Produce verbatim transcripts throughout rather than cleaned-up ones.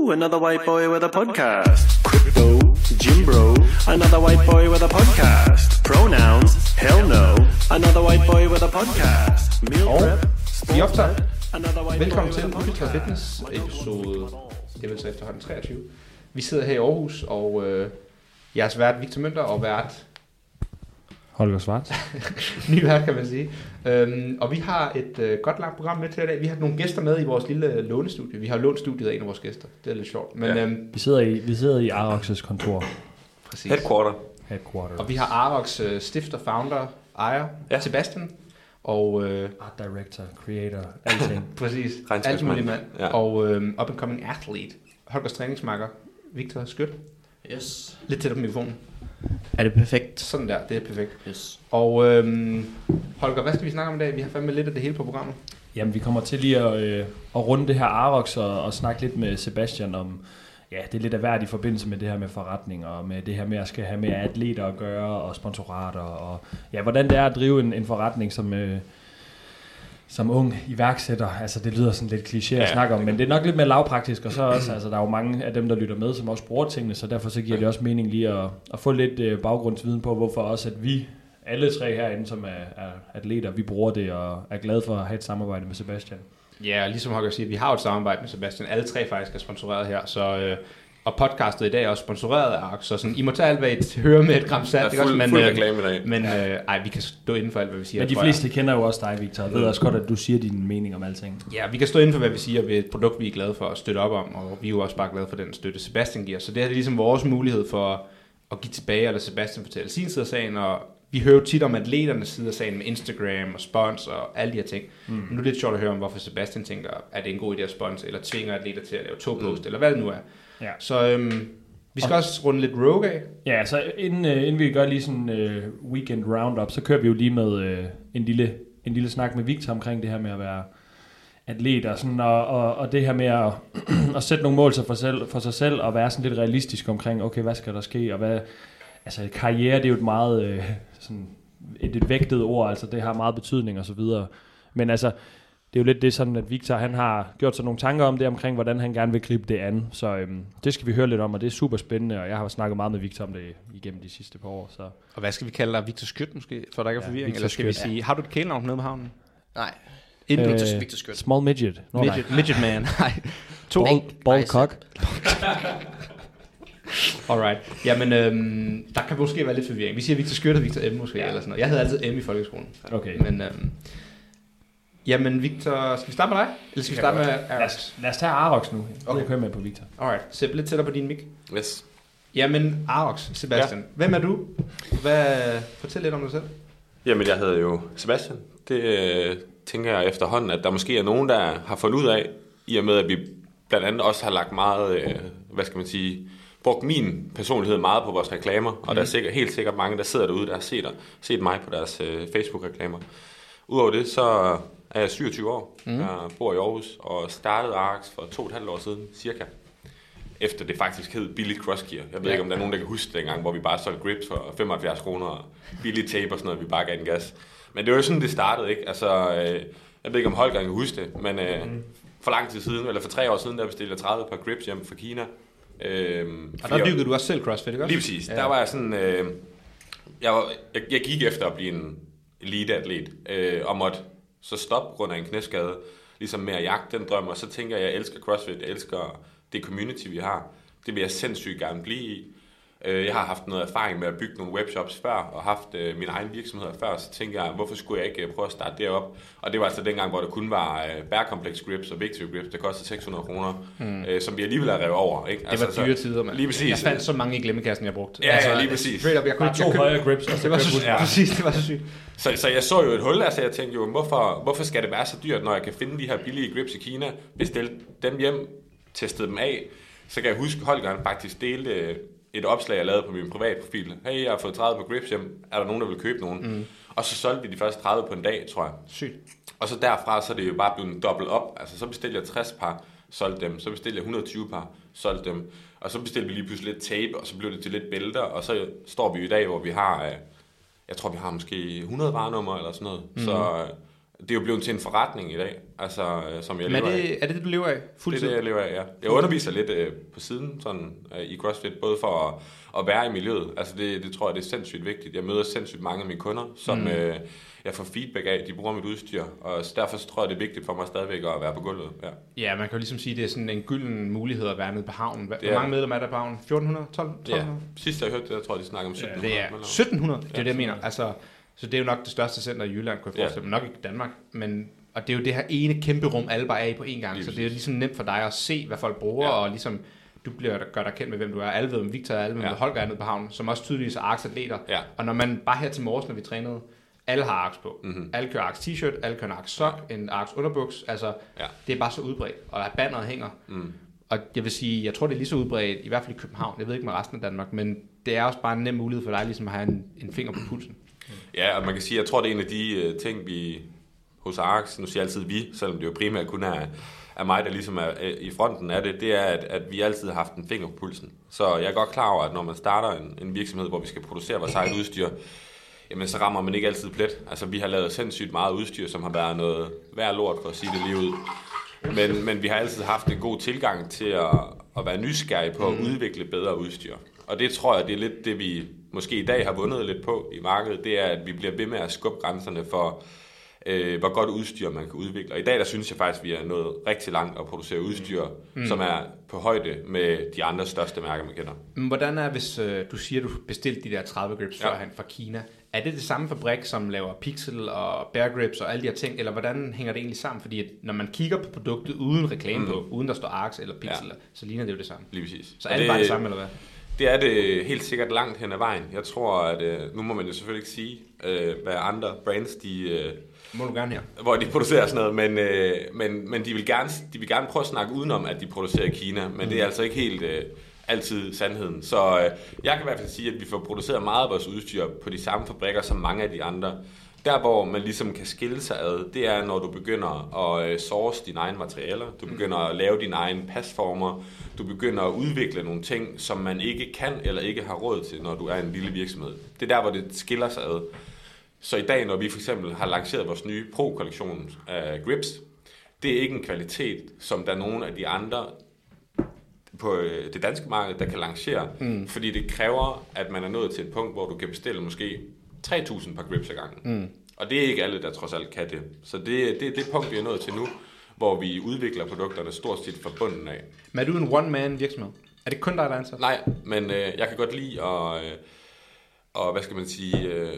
Ooh, another white boy with a podcast. Crypto, Jim Bro, another white boy with a podcast. Pronouns, hell no, another white boy with a podcast. Meal prep, vi optager. another white Velkommen boy til with a Ufiltreret podcast. Fitness episode, det er vel så efterhånden treogtyve. Vi sidder her i Aarhus, og øh, jeres vært Victor Mønter og vært Holger Svart. ny vært, kan man sige. Øhm, og vi har et øh, godt langt program med til i dag. Vi har nogle gæster med i vores lille lånestudie. Vi har lånt studiet af en af vores gæster. Det er lidt sjovt. Men, Ja. øhm, Vi sidder i, vi sidder i Arox's kontor. præcis. Headquarter. Headquarter. Og vi har Arox øh, stifter, founder, ejer, Ja. Sebastian. Og øh, Art director, creator, alting. præcis, alt Regnskabsmand. muligt mand. Ja. Og øh, up and coming athlete, Holgers træningsmarker, Victor Skødt. Yes. Lidt tættere på mikrofonen. Er det perfekt? Sådan der, det er perfekt. Yes. Og øhm, Holger, hvad skal vi snakke om i dag? Vi har fandme lidt af det hele på programmet. Jamen, vi kommer til lige at, øh, at runde det her Arox og, og snakke lidt med Sebastian om, ja, det er lidt af hvert i forbindelse med det her med forretning og med det her med at skal have med atleter at gøre og sponsorater og ja, hvordan det er at drive en, en forretning som, øh, som ung iværksætter. Altså, det lyder sådan lidt kliché at Ja, snakke om, det men det er nok lidt mere lavpraktisk, og så også, altså, der er jo mange af dem, der lytter med, som også bruger tingene, så derfor så giver det også mening lige at, at få lidt øh, baggrundsviden på, hvorfor også, at vi alle tre herinde, som er, er atleter, vi bruger det og er glade for at have et samarbejde med Sebastian. Ja, ligesom Holger siger, vi har jo et samarbejde med Sebastian. Alle tre faktisk er sponsoreret her, så... Øh, og podcastet i dag er også sponsoreret af Arx, så sådan, I må tage alt, hvad I hører med et gram salt. Der det er er fuld, også, fuld men, reklame i dag. men øh, ej, vi kan stå inden for alt, hvad vi siger. Men de tror fleste jeg. kender jo også dig, Victor, og ved også godt, at du siger din mening om alting. Ja, vi kan stå inden for, hvad vi siger ved et produkt, vi er glade for at støtte op om, og vi er jo også bare glade for den støtte, Sebastian giver. Så det er ligesom vores mulighed for at give tilbage, eller Sebastian fortælle sin side af sagen, og vi hører jo tit om atleternes side af sagen med Instagram og spons og alle de her ting. Mm. Men nu er det lidt sjovt at høre om, hvorfor Sebastian tænker, at det er en god idé at spons, eller tvinger atleter til at lave to post, mm. eller hvad det nu er. Ja. Så øhm, vi skal og også runde lidt Rogue af. Ja, så inden, øh, inden vi gør lige sådan en øh, weekend roundup, så kører vi jo lige med øh, en, lille, en lille snak med Victor omkring det her med at være atlet, og, sådan, og, og, og det her med at, at sætte nogle mål for, selv, for sig selv, og være sådan lidt realistisk omkring, okay, hvad skal der ske, og hvad, altså karriere, det er jo et meget øh, sådan, et, et vægtet ord, altså det har meget betydning og så videre, men altså, det er jo lidt det sådan, at Victor han har gjort sig nogle tanker om det omkring, hvordan han gerne vil gribe det an. Så øhm, det skal vi høre lidt om, og det er super spændende, og jeg har snakket meget med Victor om det igennem de sidste par år. Så. Og hvad skal vi kalde dig? Victor Skødt måske, for der ikke er Ja, forvirring? Victor Eller skal vi Skødt. sige, har du et kælenavn nede med havnen? Nej. Inden du Victor- Victor Skødt. Small midget. Nå, midget, midget man. Nej. To. Ball, ball cock. Alright. Jamen, øhm, der kan måske være lidt forvirring. Vi siger Victor Skødt og Victor M måske, ja. Eller sådan noget. Jeg havde altid M i folkeskolen. Okay. Men, øhm, jamen, Victor, skal vi starte med dig? Eller skal vi starte med Lad Arox? os, lad os tage Arox nu. Okay. Okay. Kører med på Victor. Alright. Sæt lidt tættere på din mic. Yes. Jamen, Arox, Sebastian. Ja. Hvem er du? Hvad, fortæl lidt om dig selv. Jamen, jeg hedder jo Sebastian. Det øh, tænker jeg efterhånden, at der måske er nogen, der har fundet ud af, i og med, at vi blandt andet også har lagt meget, øh, hvad skal man sige, brugt min personlighed meget på vores reklamer, og mm. der er sikkert, helt sikkert mange, der sidder derude, der har set, set mig på deres øh, Facebook-reklamer. Udover det, så er jeg syvogtyve år. Mm. Jeg bor i Aarhus og startede Arx for to og et halvt år siden, cirka. Efter det faktisk hed billigt crossgear. Jeg ved ja. ikke, om der er nogen, der kan huske det dengang, hvor vi bare solgte grips for femoghalvfjerds kroner og billig tape og sådan noget, vi bare gav den gas. Men det var jo sådan, det startede, ikke? Altså, øh, jeg ved ikke, om Holger kan huske det, men øh, mm. for lang tid siden, eller for tre år siden, der bestilte jeg tredive par grips hjem fra Kina. Øhm, og der dykkede du også selv CrossFit, ikke også? Lige præcis. Ja. Der var jeg sådan... Øh, jeg, var, jeg, jeg gik efter at blive en eliteatlet, øh, og måtte så stoppe på grund af en knæskade, ligesom med at jagte den drøm, og så tænker jeg, jeg elsker CrossFit, jeg elsker det community, vi har. Det vil jeg sindssygt gerne blive i. Jeg har haft noget erfaring med at bygge nogle webshops før, og haft øh, min egen virksomhed før, så tænker jeg, hvorfor skulle jeg ikke prøve at starte derop? Og det var altså dengang, hvor der kun var øh, Bærekomplex grips og Victory grips, der kostede seks hundrede kroner, mm. øh, som vi alligevel har revet over. Ikke? Det var altså, dyre tider, man. Lige præcis. Jeg fandt så mange i glemmekassen, jeg brugte. Ja, altså, ja, lige præcis. Straight up, jeg Bare to højere grips. Og det var så, ja. Præcis, det var så sygt. Så, så jeg så jo et hul, altså jeg tænkte jo, hvorfor, hvorfor skal det være så dyrt, når jeg kan finde de her billige grips i Kina, bestille dem hjem, teste dem af, så kan jeg huske, Holger faktisk delte et opslag, jeg lavede på min private profil. Hey, jeg har fået tredive på grips hjem. Er der nogen, der vil købe nogen? Mm. Og så solgte vi de første tredive på en dag, tror jeg. Sygt. Og så derfra, så er det jo bare blevet dobbelt op. Altså, så bestilte jeg tres par, solgte dem. Så bestilte jeg et hundrede og tyve par, solgte dem. Og så bestilte vi lige pludselig lidt tape, og så blev det til lidt bælter. Og så står vi i dag, hvor vi har, jeg tror, vi har måske hundrede varenummer eller sådan noget. Mm. Så det er jo blevet til en forretning i dag, altså, som jeg Men lever er det, af. er det det, du lever af? Fuldtid? Det er det, jeg lever af, ja. Jeg underviser lidt øh, på siden sådan, øh, i CrossFit, både for at, at være i miljøet. Altså det, det tror jeg, det er sindssygt vigtigt. Jeg møder sindssygt mange af mine kunder, som mm. øh, jeg får feedback af. De bruger mit udstyr, og derfor tror jeg, det er vigtigt for mig stadigvæk at være på gulvet. Ja, ja, man kan jo ligesom sige, at det er sådan en gylden mulighed at være nede på havnen. Hvor er, mange medlemmer er der på havnen? fjorten hundrede? tolv hundrede? Ja, sidst jeg hørte det, jeg tror, de snakker om sytten hundrede. Ja, det er sytten hundrede, det er ja, det, jeg mener. Altså, så det er jo nok det største center i Jylland, kunne jeg forestille mig. Ja. Nok i Danmark, men... Og det er jo det her ene kæmpe rum, alle bare er i på én gang. Lige så det er jo ligesom nemt for dig at se, hvad folk bruger, ja. Og ligesom du bliver, gør dig kendt med, hvem du er. Alle ved, hvem Victor er, alle ved, hvem ja. Holger er nede på havnen, som også tydeligvis er Arks atleter. Ja. Og når man bare her til morges, når vi trænede, alle har Arks på. Mm-hmm. Alle kører Arks t-shirt, alle kører en Arks sok, ja. En Arks underbuks. Altså, ja. Det er bare så udbredt. Og banneret hænger. Mm. Og jeg vil sige, jeg tror, det er lige så udbredt, i hvert fald i København. Jeg ved ikke med resten af Danmark, men det er også bare en nem mulighed for dig, ligesom at have en, en finger på pulsen. Ja, og man kan sige, jeg tror, det er en af de uh, ting, vi... hos Arks, nu siger jeg altid vi, selvom det jo primært kun er, er mig, der ligesom er, er i fronten af det, det er, at, at vi altid har haft en finger på pulsen. Så jeg er godt klar over, at når man starter en, en virksomhed, hvor vi skal producere vores eget udstyr, jamen så rammer man ikke altid plet. Altså vi har lavet sindssygt meget udstyr, som har været noget værd lort, for at sige det lige ud. Men, men vi har altid haft en god tilgang til at, at være nysgerrige på at udvikle bedre udstyr. Og det tror jeg, det er lidt det, vi måske i dag har vundet lidt på i markedet, det er, at vi bliver ved med at skubbe grænserne for, Øh, hvor godt udstyr man kan udvikle. Og i dag, der synes jeg faktisk, at vi er nået rigtig langt at producere udstyr, mm. som er på højde med de andre største mærker, man kender. Men hvordan er, hvis øh, du siger, at du bestilte de der tredive grips ja. Førhen fra Kina, er det det samme fabrik, som laver Pixel og Bear Grips og alle de her ting, eller hvordan hænger det egentlig sammen? Fordi at når man kigger på produktet uden reklame mm. på, uden der står Arks eller Pixel, ja. Så ligner det jo det samme. Lige præcis. Så er det, det bare det samme, eller hvad? Det er det helt sikkert langt hen ad vejen. Jeg tror, at øh, nu må man jo selvfølgelig ikke sige, øh, hvad andre brands, de... Øh, må du gerne her. Hvor de producerer sådan noget, men, øh, men, men de, vil gerne, de vil gerne prøve at snakke udenom, at de producerer i Kina, men mm. det er altså ikke helt øh, altid sandheden. Så øh, jeg kan i hvert fald sige, at vi får produceret meget af vores udstyr på de samme fabrikker som mange af de andre. Der, hvor man ligesom kan skille sig ad, det er, når du begynder at øh, source dine egne materialer, du begynder at lave dine egne pasformer, du begynder at udvikle nogle ting, som man ikke kan eller ikke har råd til, når du er en lille virksomhed. Det er der, hvor det skiller sig ad. Så i dag, når vi for eksempel har lanceret vores nye Pro-kollektion af grips, det er ikke en kvalitet, som der er nogen af de andre på det danske marked, der kan lancere, mm. fordi det kræver, at man er nået til et punkt, hvor du kan bestille måske tre tusind par grips ad gangen. Mm. Og det er ikke alle, der trods alt kan det. Så det, det er det punkt, vi er nået til nu, hvor vi udvikler produkterne stort set fra bunden af. Men er du en one-man virksomhed? Er det kun dig, der er ansat? Nej, men øh, jeg kan godt lide at, øh, og, hvad skal man sige, øh,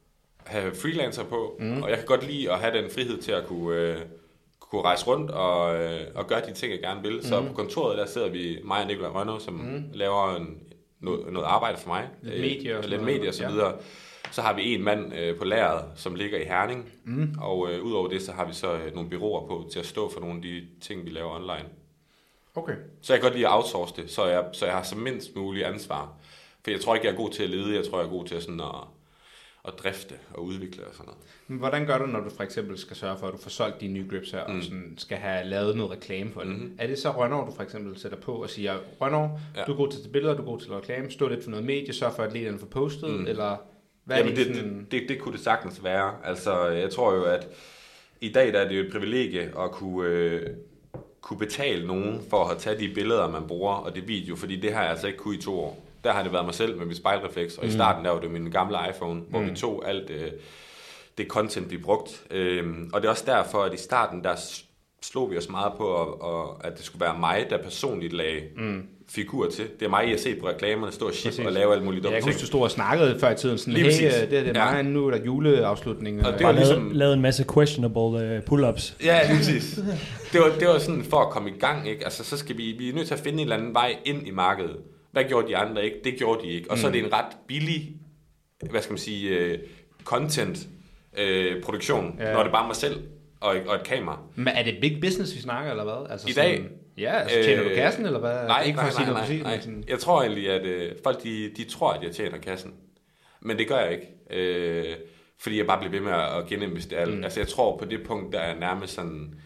have freelancer på, mm. og jeg kan godt lide at have den frihed til at kunne, øh, kunne rejse rundt og, øh, og gøre de ting, jeg gerne vil. Mm. Så på kontoret, der sidder vi, mig og Nicolai Rønnow, som mm. laver en, noget, noget arbejde for mig. Lidt medier og, lidt medier og så videre. Ja. Så har vi en mand øh, på lageret, som ligger i Herning, mm. og øh, udover det, så har vi så øh, nogle bureauer på til at stå for nogle af de ting, vi laver online. Okay. Så jeg kan godt lide at outsource det, så jeg, så jeg har så mindst muligt ansvar. For jeg tror ikke, jeg er god til at lede, jeg tror, jeg er god til at, sådan at, at drifte og udvikle og sådan noget. Men hvordan gør du, når du for eksempel skal sørge for, at du får solgt dine nye grips her, mm. og sådan skal have lavet noget reklame for det? Mm-hmm. Er det så Rønnow, du for eksempel sætter på og siger, Rønnow, ja. Du er god til at tage billeder, du er god til at reklame, stå lidt for noget medie, sørg for, at atleterne får postet, mm. eller... Hvad Jamen det, det, det, det kunne det sagtens være. Altså, jeg tror jo, at i dag der er det jo et privilegie at kunne, øh, kunne betale nogen for at tage de billeder, man bruger, og det video, fordi det har jeg altså ikke kunne i to år. Der har det været mig selv med mit spejlrefleks, og mm. i starten der var det min gamle iPhone, hvor mm. vi tog alt øh, det content, vi brugt. Øhm, og det er også derfor, at i starten der slog vi os meget på, at, at det skulle være mig, der personligt lagde mm. figur til. Det er mig, jeg ser på reklamerne, stå og ship og lave alt muligt dumme ting. Jeg kan huske, du stod og snakkede før i tiden, sådan, hey, det, det er mig, ja. Nu er der juleafslutning. Og det var ligesom... lavet en masse questionable uh, pull-ups. Ja, lige præcis. Det var, det var sådan for at komme i gang, ikke? Altså, så skal vi, vi er nødt til at finde en eller anden vej ind i markedet. Hvad gjorde de andre ikke? Det gjorde de ikke. Og så er det en ret billig, hvad skal man sige, uh, content uh, produktion, ja. Når det er bare mig selv og, og et kamera. Men er det big business, vi snakker, eller hvad? Altså I dag? Sådan, ja, altså tjener du kassen, eller hvad? Nej, ikke nej, for nej, nej, præcis, nej. Sådan. Jeg tror egentlig, at øh, folk de, de tror, at jeg tjener kassen. Men det gør jeg ikke. Øh, fordi jeg bare bliver ved med at geninvestere. Mm. Altså jeg tror på det punkt, der er nærmest sådan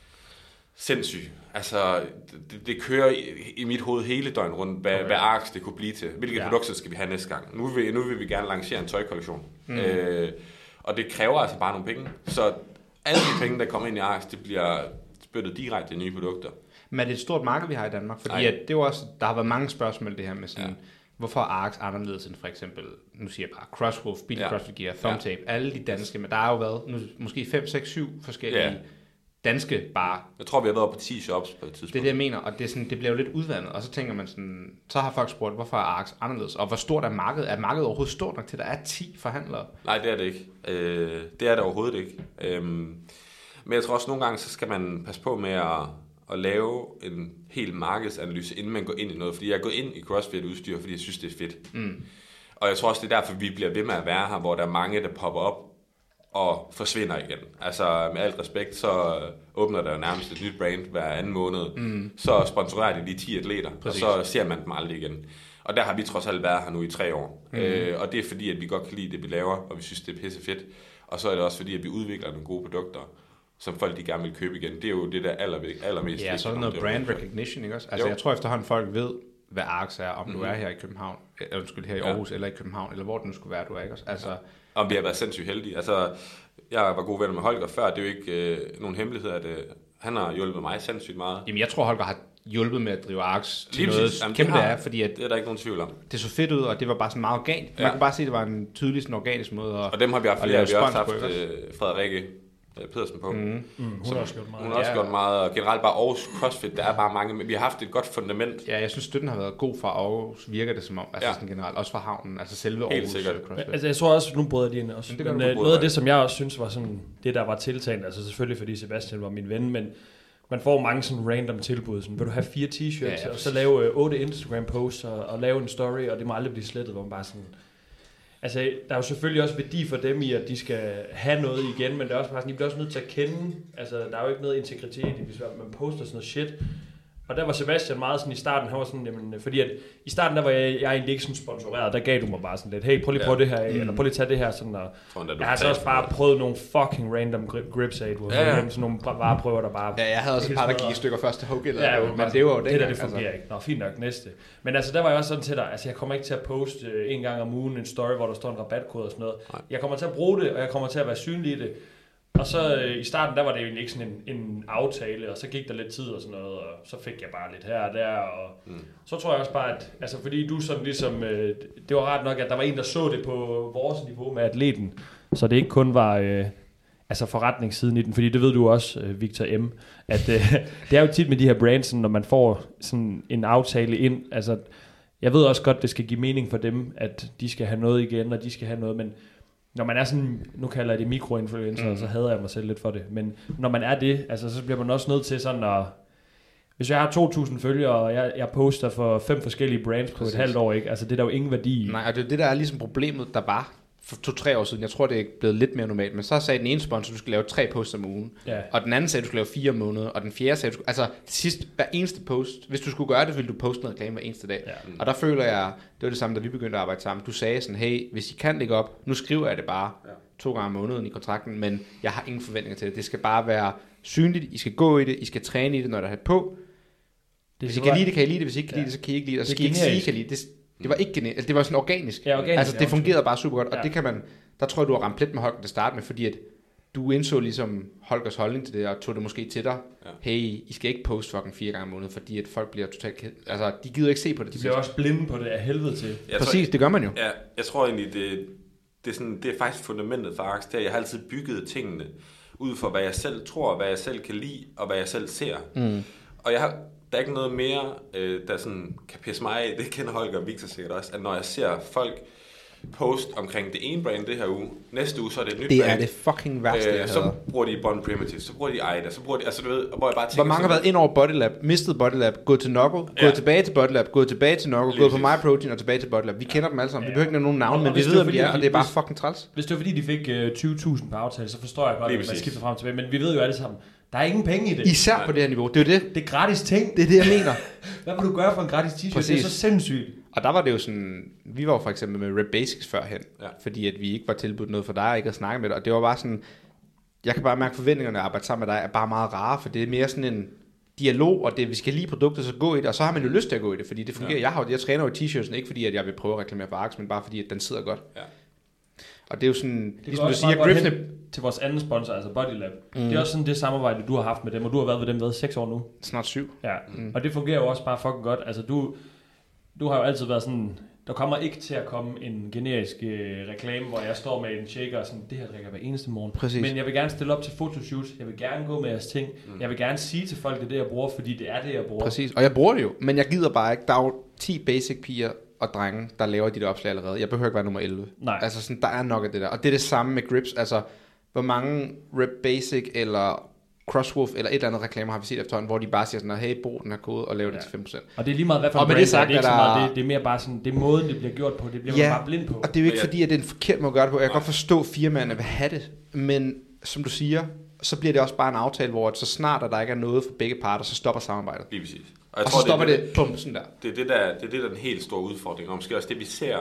sindssygt. Altså det, det kører i, i mit hoved hele døgn rundt, hvad, okay. hvad Arks det kunne blive til. Hvilke ja. produkter skal vi have næste gang? Nu vil, nu vil vi gerne lancere en tøjkollektion. Mm. Øh, og det kræver altså bare nogle penge. Så alle de penge, der kommer ind i Arx, det bliver spyttet direkte i nye produkter. Men er det et stort marked, vi har i Danmark? Fordi at det er jo også, der har været mange spørgsmål det her med sådan, ja. Hvorfor er Arx anderledes end for eksempel, nu siger jeg bare, Crosswolf, Billy ja. CrossFit Gear, Thumbtape, ja. Alle de danske, men der har jo været nu, måske fem, seks, syv forskellige ja. danske bare. Jeg tror, vi har været på ti shops på et tidspunkt. Det er det, jeg mener, og det, er sådan, det bliver jo lidt udvandet, og så tænker man sådan, så har folk spurgt, hvorfor er Arx anderledes, og hvor stort er markedet? Er markedet overhovedet stort nok til, at der er ti forhandlere? Nej, det er det ikke. Øh, det er det overhovedet ikke. Øh, men jeg tror også, nogle gange, så skal man passe på med at at lave en hel markedsanalyse, inden man går ind i noget. Fordi jeg er gået ind i CrossFit-udstyr, fordi jeg synes, det er fedt. Mm. Og jeg tror også, det er derfor, vi bliver ved med at være her, hvor der er mange, der popper op og forsvinder igen. Altså med alt respekt, så åbner der jo nærmest et nyt brand hver anden måned. Mm. Så sponsorerer de lige ti atleter, Præcis. Og så ser man dem aldrig igen. Og der har vi trods alt været her nu i tre år. Mm. Øh, og det er fordi, at vi godt kan lide det, vi laver, og vi synes, det er pisse fedt. Og så er det også fordi, at vi udvikler nogle gode produkter, som folk de gerne vil købe igen. Det er jo det, der aller, allermest ja, så er der noget brand recognition, ikke også? Altså, jo. Jeg tror efterhånden, folk ved, hvad Arx er, om mm-hmm. du er her i København, eller undskyld, her i Aarhus, ja. Eller i København, eller hvor du nu skulle være, du er, ikke også? Altså, og vi har været sindssygt heldige. Altså, jeg var gode venner med Holger før, det er jo ikke øh, nogen hemmelighed, at øh, han har hjulpet mig sindssygt meget. Jamen, jeg tror, Holger har hjulpet med at drive Arx til Lige noget Jamen, kæmpe, det, har, det er, fordi at det er der ikke nogen tvivl om. Det så fedt ud, og det var bare sådan meget organisk. Ja. Man kan bare se, at det var en tydelig sådan organisk måde at og dem har vi haft flere, vi har også haft øh, Frederikke Pedersen på. Mm. Mm, hun har også gjort meget. Hun har også ja. gjort meget, og generelt bare Aarhus CrossFit, der er bare mange, men vi har haft et godt fundament. Ja, jeg synes, støtten har været god fra Aarhus, virker det som om, altså ja. sådan generelt, også fra havnen, altså selve Aarhus. Helt sikkert. CrossFit. Altså jeg tror også, nu bryder de ind også, men, men noget af det, som jeg også synes var sådan, det der var tiltagende, altså selvfølgelig fordi Sebastian var min ven, men man får mange sådan random tilbud, sådan, vil du have fire t-shirts, ja, ja, og så lave øh, otte Instagram posts, og, og lave en story, og det må aldrig blive slettet, hvor man bare sådan. Altså, der er jo selvfølgelig også værdi for dem i, at de skal have noget igen, men det er også bare sådan, I bliver også nødt til at kende, altså, der er jo ikke noget integritet i, hvis man poster sådan noget shit. Og der var Sebastian meget sådan i starten, han var sådan, jamen, fordi at i starten, der var jeg, jeg egentlig ikke sådan sponsoreret, der gav du mig bare sådan lidt, hey, prøv lige at prøve ja. det her, mm. eller prøv lige at tage det her, sådan, og jeg, jeg har så også bare prøvet nogle fucking random grip, grips af, hvor ja, ja. sådan nogle vareprøver, der bare. Ja, jeg havde også et par, der gik i stykker først til Hogan, ja, men det var jo det, det der, det fungerer altså. Ikke. Nå, fint nok, næste. Men altså, der var jeg også sådan til dig, altså jeg kommer ikke til at poste øh, en gang om ugen en story, hvor der står en rabatkode og sådan noget. Nej. Jeg kommer til at bruge det, og jeg kommer til at være synlig i det. Og så øh, i starten, der var det jo ikke sådan en, en aftale, og så gik der lidt tid og sådan noget, og så fik jeg bare lidt her og der, og mm. så tror jeg også bare, at altså fordi du sådan ligesom, øh, det var ret nok, at der var en, der så det på vores niveau med atleten, så det ikke kun var øh, altså forretningssiden i den, fordi det ved du også, øh, Victor M., at øh, det er jo tit med de her brands, når man får sådan en aftale ind, altså jeg ved også godt, det skal give mening for dem, at de skal have noget igen, og de skal have noget, men når man er sådan, nu kalder jeg det mikroinfluencer, mm. så hader jeg mig selv lidt for det, men når man er det, altså så bliver man også nødt til sådan at, hvis jeg har to tusind følgere, og jeg, jeg poster for fem forskellige brands på Præcis. et halvt år, ikke? Altså det er der jo ingen værdi i. Nej, og det er det, der er ligesom problemet, der var for to-tre år siden. Jeg tror, det er blevet lidt mere normalt, men så sagde den ene sponsor, du skal lave tre posts om ugen, ja. og den anden sagde, du skulle lave fire måneder, og den fjerde sagde, du skulle, altså det sidste, hver eneste post, hvis du skulle gøre det, ville du poste noget reklame hver eneste dag. Ja. Og der føler jeg, det var det samme, da vi begyndte at arbejde sammen. Du sagde sådan, hey, hvis I kan lægge op, nu skriver jeg det bare ja. to gange om måneden i kontrakten, men jeg har ingen forventninger til det. Det skal bare være synligt, I skal gå i det, I skal træne i det, når der er på. Det hvis I kan lide det, kan I lide det, hvis I ikke kan ja. lide det, så kan I ikke lide det, og så skal I ikke sige, I kan lide det. Det var ikke genialt, det var sådan organisk. Ja, organisk altså det fungerede bare super godt, og ja. det kan man, der tror jeg, du har ramt lidt med Holger til start med, fordi at du indså ligesom Holgers holdning til det, og tog det måske til dig. Ja. Hey, I skal ikke poste fucking fire gange om måneden, fordi at folk bliver totalt ked. Altså, de gider ikke se på det. De bliver også blinde på det af helvede til. Jeg Præcis, tror, det gør man jo. Ja, jeg tror egentlig, det, det, er sådan, det er faktisk fundamentet for Arx. Jeg har altid bygget tingene ud fra, hvad jeg selv tror, hvad jeg selv kan lide, og hvad jeg selv ser. Mm. Og jeg har, der er ikke noget mere, øh, der sådan kan pisse mig af, det kender Holger og Victor sikkert også, at når jeg ser folk post omkring det ene brand det her uge, næste uge så er det et nyt det brand. Det er det fucking værste, øh, Så bruger de Bond Primitive, så bruger de Aida, så bruger de, altså du ved, hvor jeg bare tænker... Hvor mange har været ind over Bodylab, mistet Bodylab, gået til Knuckle, ja. gået tilbage til Bodylab, gået tilbage til Knuckle, Lige gået på MyProtein og tilbage til Bodylab. Vi ja. kender dem alle sammen, ja. vi behøver ikke nogen navn, men vi ved, hvem de er, og det er bare hvis, fucking træls. Hvis det var fordi, de fik uh, tyve tusind på aftale, så forstår jeg godt, at man skifter frem og tilbage, men vi ved jo alle sammen, der er ingen penge i det. Især Nej. på det her niveau, det er jo det. Det er gratis ting. Det er det, jeg mener. Hvad vil du gøre for en gratis t-shirt? Præcis. Det er så sindssygt. Og der var det jo sådan, vi var jo for eksempel med Rep Basics førhen, ja. fordi at vi ikke var tilbudt noget for dig, og ikke at snakke med dig, og det var bare sådan, jeg kan bare mærke forventningerne at arbejde sammen med dig er bare meget rare, for det er mere sådan en dialog, og det, vi skal lige produkter, så gå i det, og så har man jo lyst til at gå i det, fordi det fungerer. Ja. Jeg, har, jeg træner jo t-shirtsen, ikke fordi at jeg vil prøve at reklamere for Arx, men bare fordi at den sidder godt. Ja. Og det er jo sådan, Det ligesom du også siger, meget godt Gripsnip, hen til vores anden sponsor, altså Bodylab. Mm. Det er også sådan det samarbejde, du har haft med dem, og du har været ved dem ved seks år nu. snart syv. Ja, mm. og det fungerer jo også bare fucking godt. Altså du, du har jo altid været sådan, der kommer ikke til at komme en generisk øh, reklame, hvor jeg står med en shaker og sådan, det her drikker hver eneste morgen. Præcis. Men jeg vil gerne stille op til fotoshoot, jeg vil gerne gå med jeres ting, mm. jeg vil gerne sige til folk, det er det, jeg bruger, fordi det er det, jeg bruger. Præcis, og jeg bruger det jo, men jeg gider bare ikke. Der er jo ti basic piger og drenge, der laver de der opslag allerede. Jeg behøver ikke være nummer elleve. Nej. Altså sådan, der er nok af det der. Og det er det samme med grips. Altså, hvor mange Rip Basic eller Crosswolf eller et eller andet reklamer har vi set efterhånden, hvor de bare siger sådan, hey, brug den her kode og lav det Ja. til fem procent. Og det er lige meget, hvad for Og en med brand, det sagt, det er ikke er så meget, der- det, det er mere bare sådan, det er måden, det bliver gjort på, det bliver man bare blind på. og det er jo ikke Men jeg- fordi, at det er en forkert måde at gøre det på. Jeg kan godt forstå, at firmaerne vil have det, men som du siger, så bliver det også bare en aftale, hvor at så snart, at der ikke er noget for begge parter, så stopper samarbejdet. Lige præcis. Og jeg Og tror, så stopper det, det, bum, sådan der. det, er det, der, det er det, der er den helt store udfordring, og måske også det, vi ser,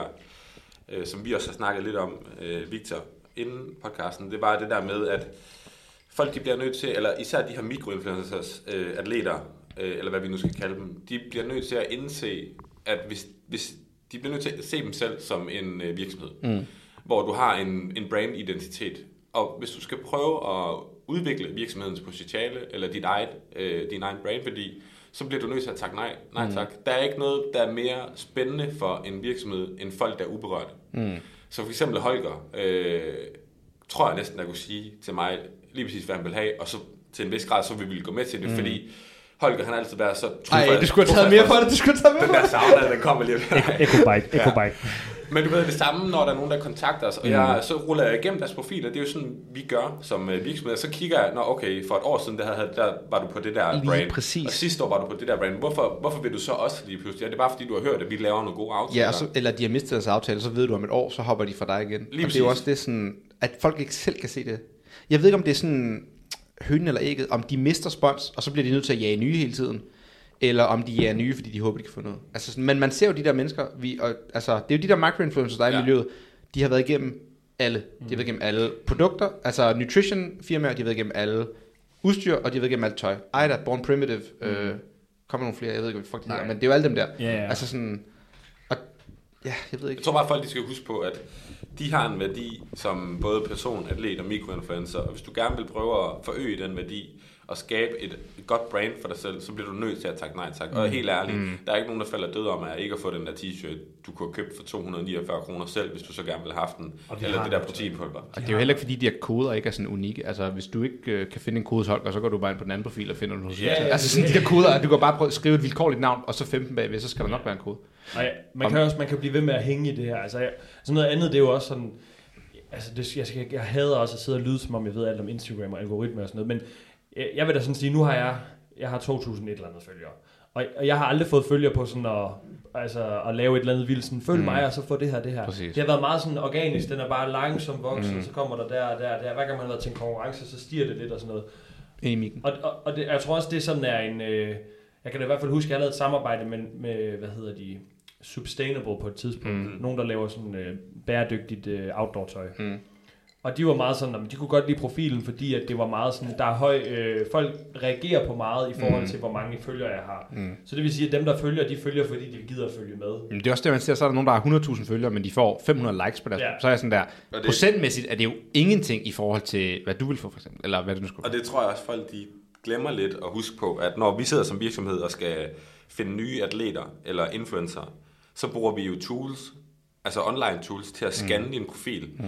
øh, som vi også har snakket lidt om, øh, Victor, inden podcasten, det er bare det der med, at folk de bliver nødt til, eller især de her mikroinfluencers, øh, atleter, øh, eller hvad vi nu skal kalde dem, de bliver nødt til at indse, at hvis, hvis de bliver nødt til at se dem selv som en øh, virksomhed, mm. hvor du har en, en brand-identitet, og hvis du skal prøve at udvikle virksomhedens potentiale, eller dit eget, øh, din egen brandværdi, så bliver du nødt til at takke nej. Nej mm. tak. Der er ikke noget, der er mere spændende for en virksomhed, end folk, der er uberørte. Mm. Så for eksempel Holger, øh, tror jeg næsten, der kunne sige til mig, lige præcis hvad han vil have, og så til en vis grad, så vil vi gå med til det, mm. fordi Holger, han har altid været så trofast. Ej, du skulle have taget mere for det, du skulle have taget mere Den for der sauna, den kommer lige. Ecobike, Ecobike. Men du ved det samme, når der er nogen, der kontakter os, og Mm. jeg, så ruller jeg igennem deres profiler. Det er jo sådan, vi gør som uh, virksomhed. Så kigger jeg, nå okay, for et år siden, der, havde, der var du på det der Lige brand. præcis. Og sidste år var du på det der brand. Hvorfor, hvorfor vil du så også lige pludselig? Ja, det er bare fordi, du har hørt, at vi laver nogle gode aftaler. Ja, og så, eller de har mistet deres aftale, så ved du om et år, så hopper de fra dig igen. Lige og det er jo præcis. også det sådan, at folk ikke selv kan se det. Jeg ved ikke, om det er sådan hønen eller ægget, om de mister spons, og så bliver de nødt til at jage nye hele tiden, eller om de jager nye, fordi de håber, de kan få noget. Altså, sådan, men man ser jo de der mennesker, vi, og, altså, det er jo de der microinfluencers, der er i Ja. miljøet, de har været igennem alle. De har været igennem alle produkter, altså nutrition firmaer, de har været igennem alle udstyr, og de har været igennem alt tøj. Ejda, Born Primitive, mm. øh, kommer nogle flere, jeg ved ikke, hvad fuck de hedder, men det er jo alle dem der. Ja, ja. Altså sådan, og, ja, jeg ved ikke. Jeg tror bare, at folk de skal huske på, at de har en værdi som både person, atlet og mikroinfluencer, og hvis du gerne vil prøve at forøge den værdi, og skabe et, et godt brand for dig selv, så bliver du nødt til at takke nej tak. Og helt ærligt, mm. der er ikke nogen, der falder død om, at ikke at få den der t-shirt, du kunne have købt for to hundrede og niogfyrre kroner selv, hvis du så gerne vil have haft den. Eller det der proteinpulver. Og det er jo heller ikke, fordi de her koder ikke er sådan unikke. Altså, hvis du ikke øh, kan finde en kode hos Holger, så går du bare ind på den anden profil og finder den hos Ja, ja, Altså, sådan de der koder, du kan bare prøve at skrive et vilkårligt navn, og så femten bagved, så skal der nok være en kode. Nej, man kan også man kan blive ved med at hænge i det her. Altså, jeg, sådan noget andet, det er jo også sådan, altså, det, jeg, jeg, jeg hader også at sidde og lyde, som om jeg ved alt om Instagram og algoritmer og sådan noget, men jeg, jeg vil da sådan sige, nu har jeg, jeg har to tusind et eller andet følgere, og, og jeg har aldrig fået følgere på sådan at, altså, at lave et eller andet vildt, sådan, følg mm. mig, og så få det her, det her. Præcis. Det har været meget sådan organisk, den er bare langsomt vokset, mm. så kommer der der og der og der, hver gang man har været til en konkurrence, så stiger det lidt og sådan noget. Ind i mikken. Og, og, og det, jeg tror også, det sådan er en, øh, jeg kan da i hvert fald huske, at jeg har lavet et samarbejde med, med hvad hedder de, Sustainable på et tidspunkt. Mm. Nogen, der laver sådan øh, bæredygtigt øh, outdoor-tøj. Mm. Og de var meget sådan, at de kunne godt lide profilen, fordi at det var meget sådan, der er høj, øh, folk reagerer på meget i forhold mm. til, hvor mange følgere jeg har. Mm. Så det vil sige, at dem, der følger, de følger, fordi de gider at følge med. Men det er også det, man ser, så er der nogen, der har hundrede tusind følgere, men de får fem hundrede likes på deres. Ja. Så er jeg sådan der, det, procentmæssigt er det jo ingenting i forhold til, hvad du vil få for eksempel, eller hvad det nu skulle Og det tror jeg også, folk de glemmer lidt at huske på, at når vi sidder som virksomhed og skal finde nye atleter eller influencer, så bruger vi jo tools, altså online tools, til at scanne mm. din profil. Mm.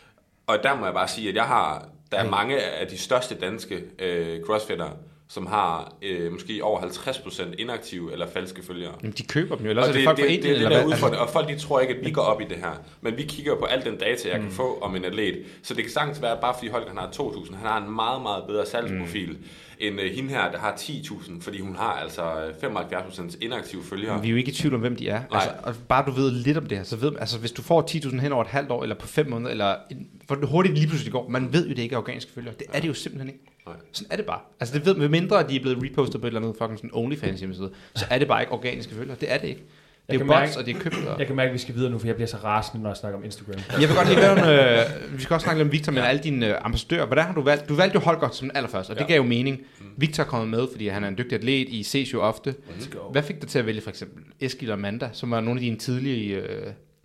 Og der må jeg bare sige, at jeg har, der er mange af de største danske øh, crossfittere, som har øh, måske over halvtreds procent inaktive eller falske følgere. Jamen, de køber dem jo, eller Og så er det, det folk det, fra det, Indien, det, det, eller der hvad? udfordring, og folk de tror ikke, at vi går op i det her. Men vi kigger på al den data, jeg mm. kan få om en atlet. Så det kan sagtens være, at bare fordi Holger han har to tusind, han har en meget, meget bedre salgsprofil, mm. end uh, hende her, der har ti tusind, fordi hun har altså femoghalvfjerds procent inaktive følgere. Men vi er jo ikke i tvivl om, hvem de er. Altså, og bare du ved lidt om det her, så ved man, altså hvis du får ti tusind hen over et halvt år, eller på fem måneder, eller en, for det hurtigt lige pludselig går, man ved jo, det ikke er organiske følgere. Det er det jo simpelthen ikke. Nej. Sådan er det bare. Altså det ved man, mindre at de er blevet repostet på et eller andet fucking sådan OnlyFans hjemmeside, så er det bare ikke organiske følgere. Det er det ikke. Det er jo bots, mærke, og det er købt. Og... Jeg kan mærke, at vi skal videre nu, for jeg bliver så rasende, når jeg snakker om Instagram. Jeg vil godt lige høre, øh, vi skal også snakke lidt om Victor, men ja. alle dine øh, ambassadører. Hvordan har du valgt? Du valgte jo Holger som den allerførste, og det ja. gav jo mening. Mm. Victor er kommet med, fordi han er en dygtig atlet, I ses jo ofte. Mm. Hvad fik dig til at vælge for eksempel Eskil og Amanda, som var nogle af dine tidlige øh,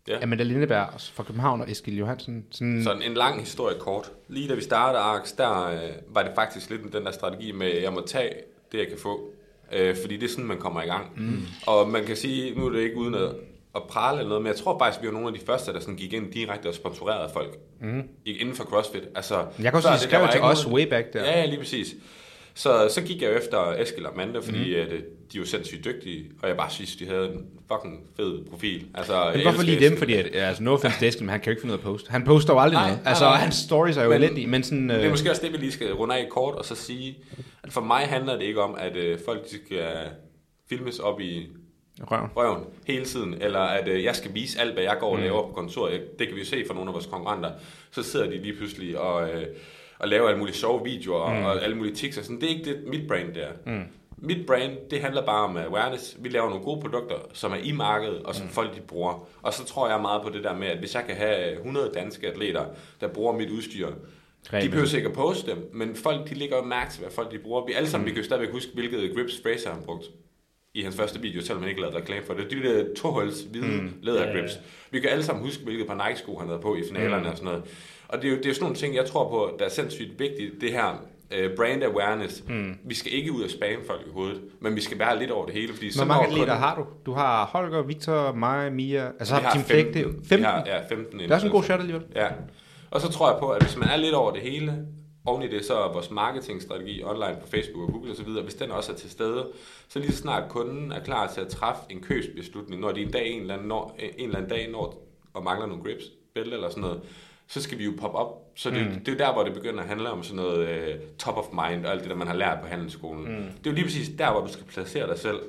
Ja. Amanda Lindeberg fra København og Eskil Johansen. Sådan... Sådan en lang historie kort. Lige da vi startede Arx, der øh, var det faktisk lidt den der strategi med, at jeg må tage det, jeg kan få. Øh, fordi det er sådan, man kommer i gang. Mm. Og man kan sige, nu er det ikke uden at, at prale eller noget, men jeg tror faktisk, vi var nogle af de første, der sådan gik ind direkte og sponsorerede folk. Mm. Inden for CrossFit. Altså, jeg kan også sige, skrev til os way back der. Ja, ja, lige præcis. Så, så gik jeg jo efter Eskil og Amanda, fordi mm. at, de var sindssygt dygtige, og jeg bare synes, de havde en fucking fed profil. Altså, men hvorfor lige dem? Fordi, at, altså, no offense til Eskil, men han kan jo ikke finde ud af at poste. Han poster jo aldrig nej, noget. Altså, nej, hans stories er jo elendige, men sådan... Det er måske også det, vi lige skal runde af kort, og så sige, at for mig handler det ikke om, at øh, folk de skal filmes op i røven. røven hele tiden, eller at øh, jeg skal vise alt, hvad jeg går og laver mm. på kontoret. Det kan vi jo se fra nogle af vores konkurrenter. Så sidder de lige pludselig og... Øh, og lave alle mulige sjove videoer mm. og alle mulige tics og sådan. Det er ikke det, mit brand der. Mm. Mit brand, det handler bare om awareness. Vi laver nogle gode produkter, som er i markedet, og som mm. folk de bruger. Og så tror jeg meget på det der med, at hvis jeg kan have hundrede danske atleter, der bruger mit udstyr, Rene. De behøver sikkert poste dem, men folk de lægger jo mærke til, hvad folk de bruger. Vi alle sammen, mm. vi kan jo stadigvæk huske, hvilket grips Fraser har brugt i hans første video, selvom han ikke lavede reklame for det. Det er de der toholds hvide mm. lædergrips. Ja, ja. Vi kan alle sammen huske, hvilket par Nike-sko han havde på i finalerne mm. og sådan noget. Og det er jo det er sådan nogle ting, jeg tror på, der er sindssygt vigtigt. Det her uh, brand awareness. Mm. Vi skal ikke ud og spamme folk i hovedet, men vi skal være lidt over det hele. Fordi hvor mange atleter har du? Du har Holger, Victor, mig, Mia. Altså har Team Flæk det? femten? Har, ja, femten. Det er også en god shot alligevel. Ja. Og så tror jeg på, at hvis man er lidt over det hele, oven i det, så er vores marketingstrategi online på Facebook og Google og så videre, hvis den også er til stede, så lige så snart kunden er klar til at træffe en købsbeslutning, når de en dag en eller anden, når, en eller anden dag når og mangler nogle grips, bælte eller sådan noget, så skal vi jo poppe op. Så det, mm. det er jo der, hvor det begynder at handle om sådan noget uh, top of mind og alt det, der man har lært på handelsskolen. Mm. Det er jo lige præcis der, hvor du skal placere dig selv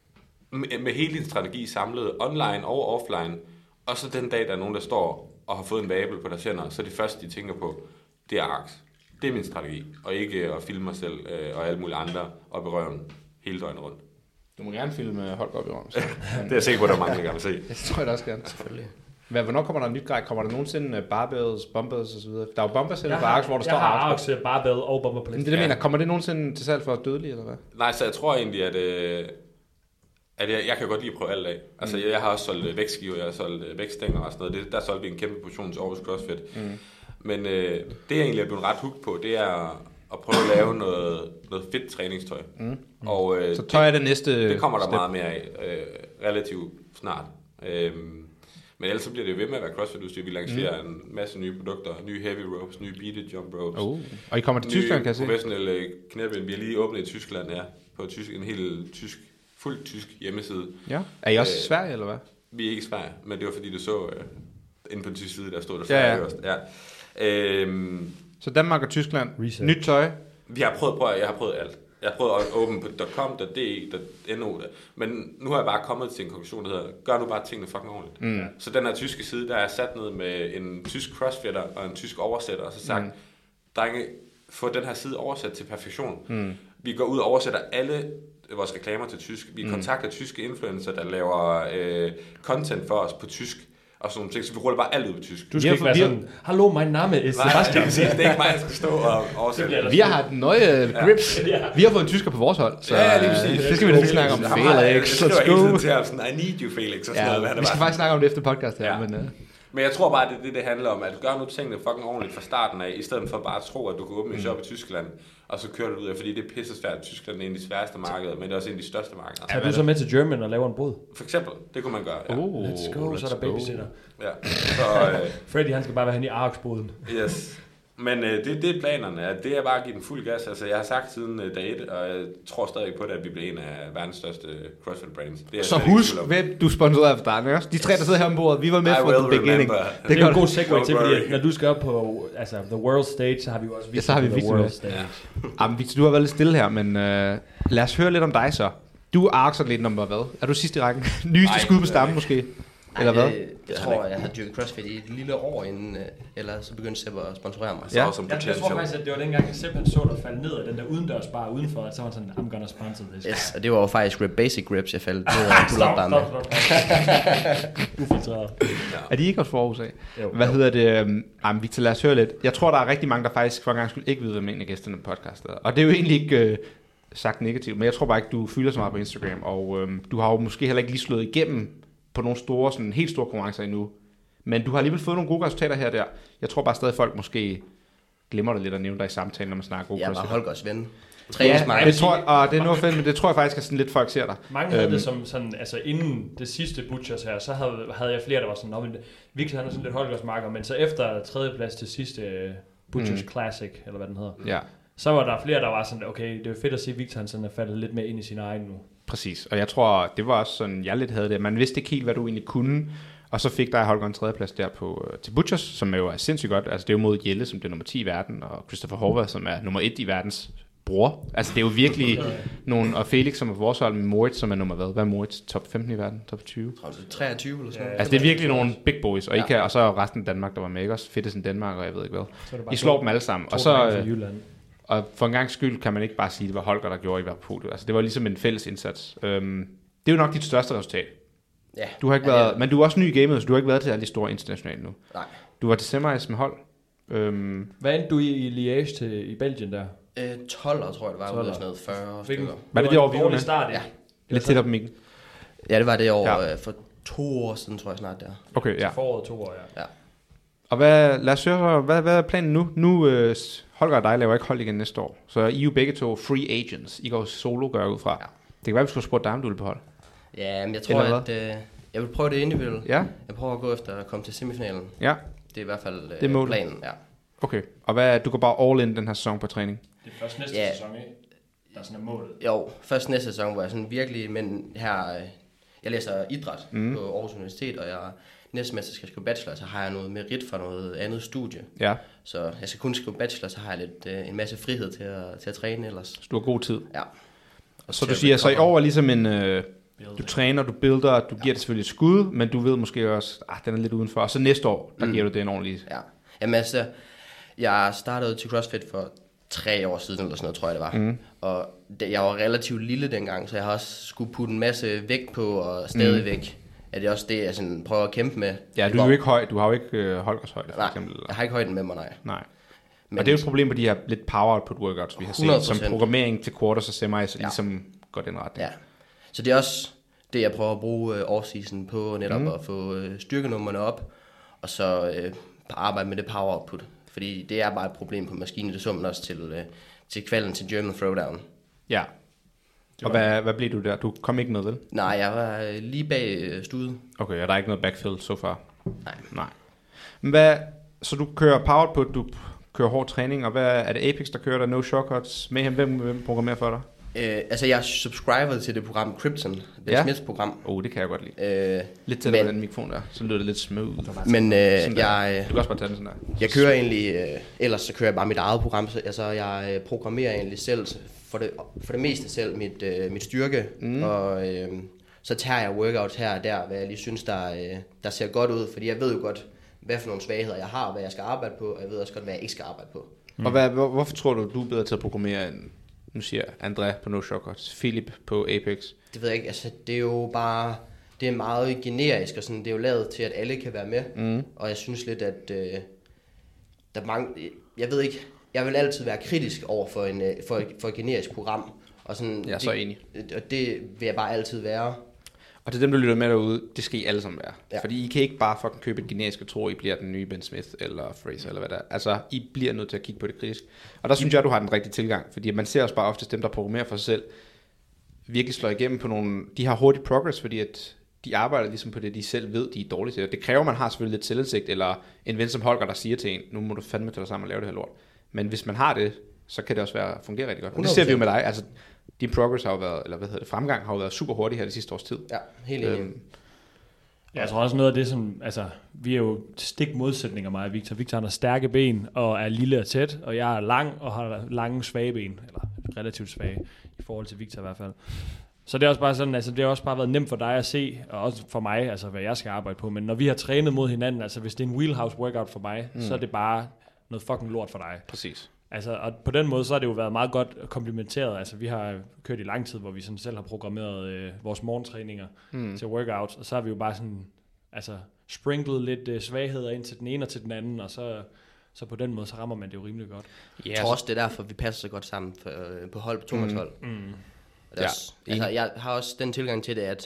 med, med hele din strategi samlet, online og offline, og så den dag, der er nogen, der står og har fået en vabel på deres hænder, så det første, de tænker på, det er Arx. Det er min strategi, og ikke at filme mig selv øh, og alle mulige andre op i røven hele døgnet rundt. Du må gerne filme Holger op i røven. Det er jeg sikker på, der er mange, der gerne vil se. Det tror jeg da også gerne. Selvfølgelig. Hvad, hvornår kommer der en nyt grej? Kommer der nogensinde barbells, bumpers og så videre? Der er jo bumpers eller på Arx, hvor der står Arx. Jeg har Arx, barbell og bumper på. Det er det, jeg mener. Kommer det nogensinde til salg for dødelige, eller hvad? Nej, så jeg tror egentlig, at, øh, at jeg, jeg kan godt lide at prøve alt af. Altså, mm. jeg, jeg har også solgt vægtskiver, jeg har solgt vægtstænger og sådan noget. Det, der solgte vi en kæmpe portion til Aarhus CrossFit. Mm. Men øh, det jeg egentlig er blevet ret hooked på, det er at prøve at lave noget, noget fedt træningstøj. Mm. Og, øh, så tøj er det næste det kommer der step. meget mere af, øh, relativt snart. Øhm, men ellers så bliver det ved med at være CrossFit-udstyr. Vi lancerer mm. en masse nye produkter, nye heavy ropes, nye beaded jump ropes. Oh. Og I kommer til Tyskland, kan jeg se? Professionelle knæben. Vi har lige åbnet i Tyskland, ja. På tysk, en helt tysk, fuldt tysk hjemmeside. Ja. Er I også øh, i Sverige, eller hvad? Vi er ikke i Sverige, men det var fordi, du så øh, inde på den tyske side, der stod der Sverige. Ja, ja. ja. Øhm, så Danmark og Tyskland, research. Nyt tøj? Vi har prøvet, prøv, jeg har prøvet alt. Jeg har prøvet at åbne på .com, .de, .no, men nu har jeg bare kommet til en konklusion, der hedder, gør nu bare tingene fucking ordentligt. Mm. Så den her tyske side, der er sat ned med en tysk crossfitter og en tysk oversætter, og så sagt, mm. drenge, få den her side oversat til perfektion. Mm. Vi går ud og oversætter alle vores reklamer til tysk. Vi mm. kontakter tyske influencer, der laver øh, content for os på tysk, og sådan nogle ting, så vi ruller bare alt ud på tysk. Du skal ikke være sådan, hallo, mein Name ist Sebastian. Nej, det er ikke mig, der skal stå og oversætte. Vi har haft nøje grips. Ja. Vi har fået en tysker på vores hold, så ja, lige præcis. Det skal vi da lige snakke om. Felix, let's go. Til ham sådan, I need you, Felix. Og sådan ja, noget, vi skal faktisk snakke om det efter podcast her. Ja. Men, uh... men jeg tror bare, det er det, det handler om, at gør nu tingene fucking ordentligt fra starten af, i stedet for bare at tro, at du kan åbne en shop i Tyskland, og så kører du ud af, fordi det er pisse svært. Tyskland er en af de sværeste markeder, men det er også en af de største markeder. Er du så med til German og laver en båd? For eksempel, det kunne man gøre, ja. Oh, let's go, let's så er der babysitter. Ja, så... Øh, Freddy, han skal bare være hen i Arx-båden. Yes. Men øh, det, det er planerne, at det er bare at give den fuld gas. Altså, jeg har sagt siden øh, dag et, og jeg tror stadig på det, at vi bliver en af verdens største CrossFit brands. Det er så husk, hvem du sponsorerer for dig, også? De tre, der sidder her ombord, vi var med fra the beginning. Det, det er en god segue til, fordi når du skal op på altså, The World Stage, så har vi jo også vist ja, så har vi The World Stage. Ja. Jamen, Victor, du har været lidt stille her, men øh, lad os høre lidt om dig så. Du er Arx-atlet nummer hvad? Er du sidst i rækken? Nyeste Ej, skud på stammen måske? Nej, eller hvad? Jeg, jeg tror, jeg har dyrket CrossFit i et lille år inden, eller så begyndte Sepp at sponsorere mig. Ja. Så jeg, jeg tror faktisk, at det var dengang, at Sepp han så dig falde ned af den der udendørsbar udenfor, at så var sådan, I'm gonna sponsor this. Yes, og det var jo faktisk grip, basic grips, jeg faldt ned af pull-up-bar med. Ufiltreret. Er de ikke også for Aarhus af? Hvad jo. hedder det? Um, Victor, lad os høre lidt. Jeg tror, der er rigtig mange, der faktisk for en gang skulle ikke vide, hvem en af gæsterne på podcastet er. Og det er jo egentlig ikke... Uh, sagt negativt, men jeg tror bare ikke, du fylder så meget på Instagram, og øhm, du har jo måske heller ikke lige slået igennem på nogle store, sådan helt store konkurrencer endnu. Men du har alligevel fået nogle gode resultater her og der. Jeg tror bare stadig, folk måske glemmer det lidt at nævne dig i samtalen, når man snakker gode Jeg CrossFit. var Holgers ven. Ja, det tror, og det er noget fedt, men det tror jeg faktisk, at sådan lidt folk ser dig. Mange havde øhm. det som sådan, altså inden det sidste Butchers her, så havde, havde jeg flere, der var sådan, nå, men Victor han er sådan lidt Holgers marker, men så efter tredjeplads til sidste uh, Butchers mm. Classic, eller hvad den hedder, ja. så var der flere, der var sådan, okay, det er fedt at se, at Victor han sådan er faldet lidt mere ind i sin egen nu. Præcis, og jeg tror, det var også sådan, jeg lidt havde det. Man vidste ikke helt, hvad du egentlig kunne, og så fik der Holger en tredjeplads der på, til Butchers, som jo er sindssygt godt. Altså det er jo mod Jelle, som bliver nummer ti i verden, og Christopher Horvath, som er nummer et i verdens bror. Altså det er jo virkelig nogle, og Felix, som er på vores hold, med Moritz, som er nummer hvad? Hvad er Moritz? top femten i verden? top tyve? treogtyve eller sådan noget. Altså det er virkelig nogle big boys, og, ja. I kan, og så resten af Danmark, der var med, ikke også? Fedtesen Danmark, og jeg ved ikke hvad. I slår dem alle sammen. Og så... Og for en gang skyld kan man ikke bare sige, at det var Holger, der gjorde i hvert podiet. Altså det var ligesom en fælles indsats. Øhm, det er jo nok dit største resultat. Ja. Du har ikke ja, været, ja. Men du er også ny i gamet, så du har ikke været til alle de store internationale nu. Nej. Du var til semis med hold. Øhm, Hvad endte du i, i Liège til, i Belgien der? Øh, tolv, tror jeg det var, ude af sådan noget fyrre stykker. Var det det år, vi var med? Start, ja. Lidt tæt op, Mikkel. Ja, det var det år ja. øh, for to år siden, tror jeg snart der. Okay, ja. Foråret to år, ja. ja. Og hvad, lad os høre, hvad, hvad er planen nu? Nu, øh, Holger og dig laver ikke hold igen næste år. Så I er jo begge to free agents. I går solo, gør ud fra. Ja. Det kan være, vi skulle spørge dig, om du vil på hold. Ja, men jeg tror, at øh, jeg vil prøve det individuelt. Ja. Jeg prøver at gå efter at komme til semifinalen. Ja. Det er i hvert fald øh, det er planen, ja. Okay, og hvad, du går bare all in den her sæson på træning? Det er først næste ja. sæson, ikke? Der er sådan en mål. Jo, først næste sæson, hvor jeg sådan virkelig, men her, øh, jeg læser idræt mm. på Aarhus Universitet, og jeg næste semester skal skrive bachelor, så har jeg noget merit fra noget andet studie. Ja. Så jeg skal kun skrive bachelor, så har jeg lidt, øh, en masse frihed til at, til at træne ellers. Så du har god tid? Ja. Og så du siger, så i år er ligesom en, øh, du træner, du builder, du giver ja. det selvfølgelig et skud, men du ved måske også, ah, den er lidt udenfor. Og så næste år, der mm. giver du det en ordentlig... Ja. Jamen altså, jeg startede til CrossFit for tre år siden, eller sådan noget, tror jeg det var. Mm. Og det, jeg var relativt lille dengang, så jeg har også skulle putte en masse vægt på, og stadigvæk mm. er det også det, jeg sådan prøver at kæmpe med. Ja, du er jo ikke høj, du har jo ikke øh, Holgers højde, for nej, eksempel. Eller? Jeg har ikke højden med mig, nej. Nej. Men og det er jo et problem på de her lidt power output workouts, vi har set, som programmering til quarters og semis, ja. ligesom går den retning. Ja, så det er også det, jeg prøver at bruge uh, off-season på, netop mm. at få uh, styrkenummerne op, og så uh, arbejde med det power output. Fordi det er bare et problem på maskinen, det så man også til, uh, til kvalden til German Throwdown. Ja. Og hvad, hvad blev du der? Du kom ikke med, vel? Nej, jeg var uh, lige bag uh, studet. Okay, og der er ikke noget backfill så far? Nej. Nej. Men hvad, så du kører power output, du kører hård træning, og hvad er det Apex, der kører der? No Shortcuts? Med hvem, hvem programmerer for dig? Øh, altså jeg er subscribet til det program Krypton, Ben ja. Smiths program. Oh, det kan jeg godt lide. Øh, lidt til den mikrofon der, så lyder det lidt smooth. Men øh, jeg, du kan også bare tage den sådan der. Jeg kører egentlig, øh, ellers så kører jeg bare mit eget program, så altså, jeg programmerer egentlig selv, for det, for det meste selv, mit, øh, mit styrke, mm. og øh, så tager jeg workouts her og der, hvad jeg lige synes, der, øh, der ser godt ud, fordi jeg ved jo godt, hvad for nogle svagheder jeg har, hvad jeg skal arbejde på, og jeg ved også godt, hvad jeg ikke skal arbejde på. Mm. Og hvad, hvor, hvorfor tror du, du er bedre til at programmere end, nu siger André på No Shortcuts, Philip på Apex? Det ved jeg ikke, altså det er jo bare, det er meget generisk, og sådan, det er jo lavet til, at alle kan være med, mm. og jeg synes lidt, at øh, der mange, jeg ved ikke, jeg vil altid være kritisk over for, en, for, for et generisk program, og sådan, jeg er så enig. Og det vil jeg bare altid være. Og til dem, der lytter med derude, det skal I alle sammen være. Ja. Fordi I kan ikke bare fucking købe et generisk og tro, I bliver den nye Ben Smith eller Fraser eller hvad der er. Altså, I bliver nødt til at kigge på det kritisk. Og der synes jeg, du har den rigtige tilgang. Fordi man ser også bare oftest dem, der programmerer for sig selv, virkelig slår igennem på nogle... De har hurtig progress, fordi at de arbejder ligesom på det, de selv ved, de er dårlige til. Det kræver, man har selvfølgelig lidt selvindsigt, eller en ven som Holger, der siger til en, nu må du fandme tage dig sammen og lave det her lort. Men hvis man har det, så kan det også være fungere rigtig godt. Og det ser vi jo med dig. Altså, din progress har jo været, eller hvad hedder det, fremgang har jo været super hurtig her det sidste års tid. Ja, helt enig. Øhm, ja, jeg tror også noget af det, som, altså, vi er jo stik modsætninger mig og Victor. Victor han har stærke ben og er lille og tæt, og jeg er lang og har lange svage ben, eller relativt svage, i forhold til Victor i hvert fald. Så det er også bare sådan, altså det har også bare været nemt for dig at se, og også for mig, altså hvad jeg skal arbejde på. Men når vi har trænet mod hinanden, altså hvis det er en wheelhouse workout for mig, mm. så er det bare noget fucking lort for dig. Præcis. Altså, og på den måde, så har det jo været meget godt komplementeret. Altså, vi har kørt i lang tid, hvor vi sådan selv har programmeret øh, vores morgentræninger mm. til workouts, og så har vi jo bare sådan, altså, sprinklet lidt øh, svagheder ind til den ene og til den anden, og så, så på den måde, så rammer man det jo rimelig godt. Yeah. Jeg tror også, det er derfor, vi passer så godt sammen for, øh, på hold, på tomandshold. Mm. Mm. Ja. Også, altså, jeg har også den tilgang til det, at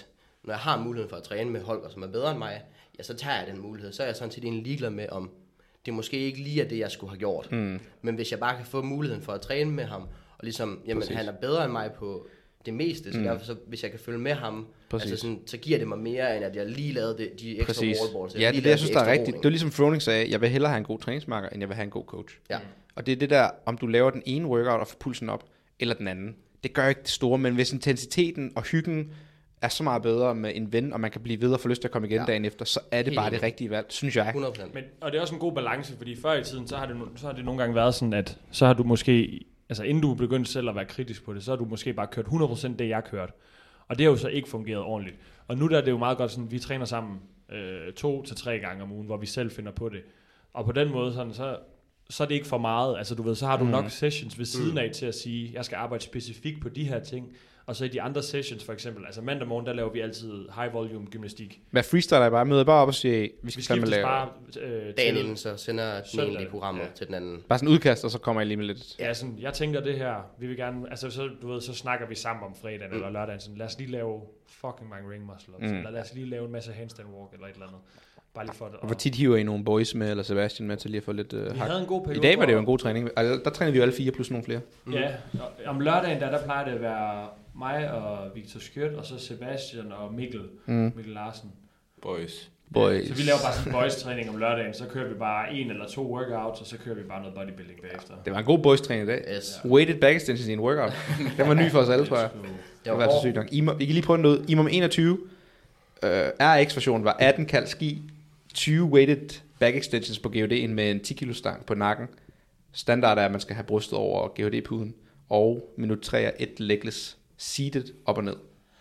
når jeg har muligheden for at træne med Holger, som er bedre end mig, ja, så tager jeg den mulighed. Så er jeg sådan set egentlig ligeglad med, om det måske ikke lige er det, jeg skulle have gjort. Mm. Men hvis jeg bare kan få muligheden for at træne med ham, og ligesom, jamen, Præcis. han er bedre end mig på det meste, så mm. derfor, så, hvis jeg kan følge med ham, altså sådan, så giver det mig mere, end at jeg lige lavede det, de ekstra Præcis. wallballs. Ja, det er det, jeg synes, der er rigtigt. Det er ligesom Froning sagde, jeg vil hellere have en god træningsmarker, end jeg vil have en god coach. Ja. Og det er det der, om du laver den ene workout og får pulsen op, eller den anden. Det gør ikke det store, men hvis intensiteten og hyggen er så meget bedre med en ven, og man kan blive ved og få lyst til at komme igen ja. dagen efter, så er det Helt bare det rigtige valg, synes jeg. hundrede procent. Men, og det er også en god balance, fordi før i tiden, så har det, så har det nogle gange været sådan, at så har du måske, altså inden du begyndte selv at være kritisk på det, så har du måske bare kørt hundrede procent det, jeg kørte. Og det har jo så ikke fungeret ordentligt. Og nu der er det jo meget godt sådan, vi træner sammen øh, to til tre gange om ugen, hvor vi selv finder på det. Og på den måde, sådan, så, så er det ikke for meget. Altså du ved, så har du mm. nok sessions ved siden af til at sige, jeg skal arbejde specifikt på de her ting. Og så i de andre sessions for eksempel, altså mandag morgen, der laver vi altid high volume gymnastik. Hvad freestyler jeg bare? Møder bare op og siger, vi skal vi sammen lave. Bare, øh, dagen inden, så sender den egentlige programmer ja. til den anden. Bare sådan en udkast, og så kommer jeg lige med lidt. Ja, sådan, jeg tænker det her, vi vil gerne, altså så, du ved, så snakker vi sammen om fredagen mm. eller lørdagen, sådan, lad os lige lave fucking mange ring muscle ups, mm. eller lad os lige lave en masse handstand walk, eller et eller andet. Bare lige for det. Og hvor tit hiver I nogle boys med, eller Sebastian med, til lige at få lidt uh, vi hak? Havde en god periode. I dag var det jo en god træning. Altså, der trænede vi jo alle fire, plus nogle flere. Mm. Ja, og om lørdagen, der, der plejer det at være mig og Victor Skjørt, og så Sebastian og Mikkel, mm. Mikkel Larsen. Boys. Boys. Ja, så vi laver bare sådan en boys-træning om lørdagen, så kører vi bare en eller to workouts, og så kører vi bare noget bodybuilding bagefter. Det var en god boys-træning i dag. Yes. Weighted back extensions i en workout. Den var ny for os alle, tror jeg. Det var, det var så sygt nok. I, må, I kan lige prøve den ud. I M enogtyve, uh, R X-versionen var atten kald ski, tyve weighted back extensions på G H D'en med en ti kilo stang på nakken. Standard er, at man skal have brystet over G H D-puden. Og minut tre er et legless seated op og ned.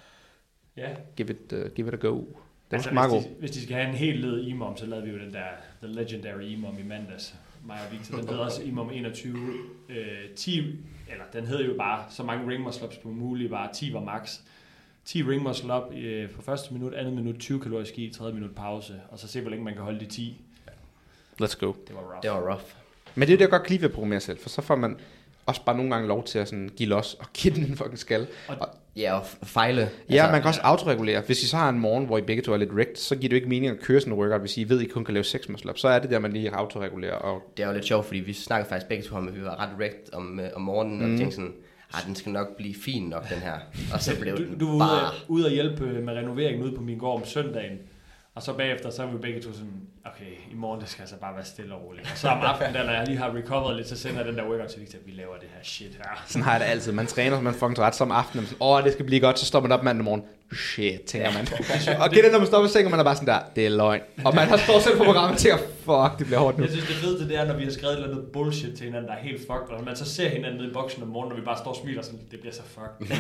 Ja. Give it, uh, give it a go. Det altså, er meget hvis, de, hvis de skal have en helt led I M O M, så lavede vi jo den der The Legendary I M O M i mandags. Mig og Victor. Den hedder også I M O M enogtyve. Øh, ti, eller den hedder jo bare så mange ring muscle ups på mulige, bare ti var max. ti ring muscle up øh, på første minut, andet minut tyve kalorier ski, tredje minut pause, og så se hvor længe man kan holde de ti. Let's go. Det var rough. Det var rough. Men det er det, jeg godt kan lide ved at programmere selv, for så får man også bare nogle gange lov til at sådan give los og give den en fucking skal. Og, ja, og fejle. Ja, altså, man kan også autoregulere. Hvis I så har en morgen, hvor I begge to er lidt wrecked, så giver det jo ikke mening at køre sådan en workout, hvis I ved, at I kun kan lave seks muscle up. Så er det der, man lige autoregulerer. Og det er jo lidt sjovt, fordi vi snakker faktisk begge to om, at vi var ret wrecked om, øh, om morgenen, mm. og tænkte sådan, ah, den skal nok blive fin nok, den her. Og så blev du, den du var bare... ude, ude at hjælpe med renoveringen ude på min gård om søndagen. Og så bagefter, så er vi begge to sådan, okay, i morgen det skal altså bare være stille og roligt. Og så om aftenen, der, når jeg lige har recovered lidt, så sender jeg den der workout til Victor, vi laver det her shit her. Sådan har jeg det altid. Man træner, så man fucking ret som aftenen. Åh, oh, det skal blive godt, så står man op mandag morgen. Shit, tænker man. Og det er det, når man står ved sengen, og man er bare sådan der, det er løgn. Og man har stået selv på programmet og tænker, fuck, det bliver hårdt nu. Jeg synes, det fede det er, når vi har skrevet noget bullshit til hinanden, der er helt fucked, og man så ser hinanden nede i boksen om morgenen, og vi bare står og smiler sådan, det bliver så fucked.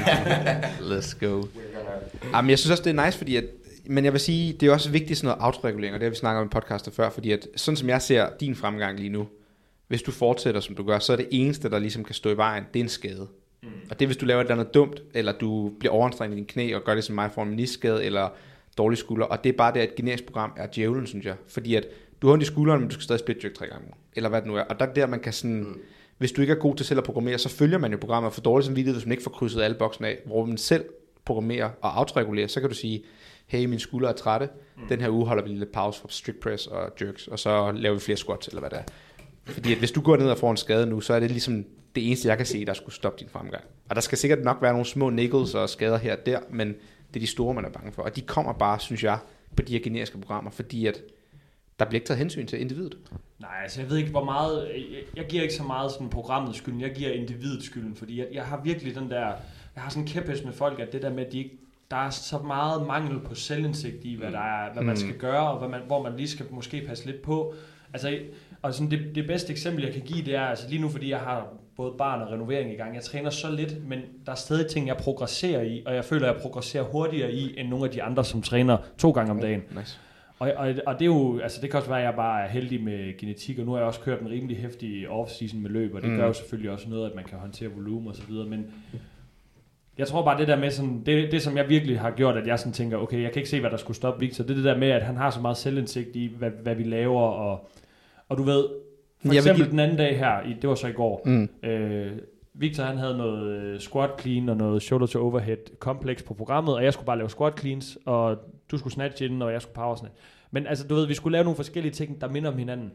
Let's go. Jamen, jeg synes også, det er nice, fordi at men jeg vil sige, det er også vigtigt sådan noget autoregulering, og det har vi snakket om i podcaster før, fordi at sådan som jeg ser din fremgang lige nu, hvis du fortsætter som du gør, så er det eneste, der ligesom kan stå i vejen, det er en skade. Mm. Og det er, hvis du laver et eller andet dumt, eller du bliver overanstrengt i din knæ, og gør det som mig, får en meniskskade, eller dårlig skulder, og det er bare det, at et generisk program er djævlen, synes jeg. Fordi at du har ondt i skulderen, men du skal stadig split jerk tre gange, eller hvad det nu er. Og der er der, man kan sådan, mm. hvis du ikke er god til selv at programmere, så følger man jo programmet for dårligt samvittighed, hvis man ikke får krydset alle boksene af, hvor man selv programmerer og autoregulerer, så kan du sige, hey, mine skuldre er trætte, mm. den her uge holder vi lidt pause for strict press og jerks, og så laver vi flere squats, eller hvad det er. Fordi at hvis du går ned og får en skade nu, så er det ligesom det eneste, jeg kan se, der skulle stoppe din fremgang. Og der skal sikkert nok være nogle små niggles og skader her og der, men det er de store, man er bange for. Og de kommer bare, synes jeg, på de her generiske programmer, fordi at der bliver ikke taget hensyn til individet. Nej, altså jeg ved ikke, hvor meget, jeg, jeg giver ikke så meget sådan programmet skylden, jeg giver individet skylden, fordi jeg, jeg har virkelig den der, jeg har sådan en kæphest med folk, at det der med, at de ikke, der er så meget mangel på selvindsigt i, hvad, der er, hvad man skal gøre, og hvad man, hvor man lige skal måske passe lidt på. Altså, og sådan det, det bedste eksempel, jeg kan give, det er, altså lige nu, fordi jeg har både barn og renovering i gang, jeg træner så lidt, men der er stadig ting, jeg progresserer i, og jeg føler, at jeg progresserer hurtigere i, end nogle af de andre, som træner to gange om dagen. Oh, nice. Og, og, og det er jo, altså det kan også være, at jeg bare er heldig med genetik, og nu har jeg også kørt en rimelig heftig off-season med løb, og det mm. gør jo selvfølgelig også noget, at man kan håndtere volumen og så videre, men jeg tror bare det der med sådan, det, det som jeg virkelig har gjort, at jeg sådan tænker, okay, jeg kan ikke se, hvad der skulle stoppe Victor, det er det der med, at han har så meget selvindsigt i, hvad, hvad vi laver, og, og du ved, for eksempel give... den anden dag her, det var så i går, mm. øh, Victor han havde noget squat clean og noget shoulder to overhead kompleks på programmet, og jeg skulle bare lave squat cleans, og du skulle snatch inden, og jeg skulle power snatch. Men altså, du ved, vi skulle lave nogle forskellige ting, der minder om hinanden.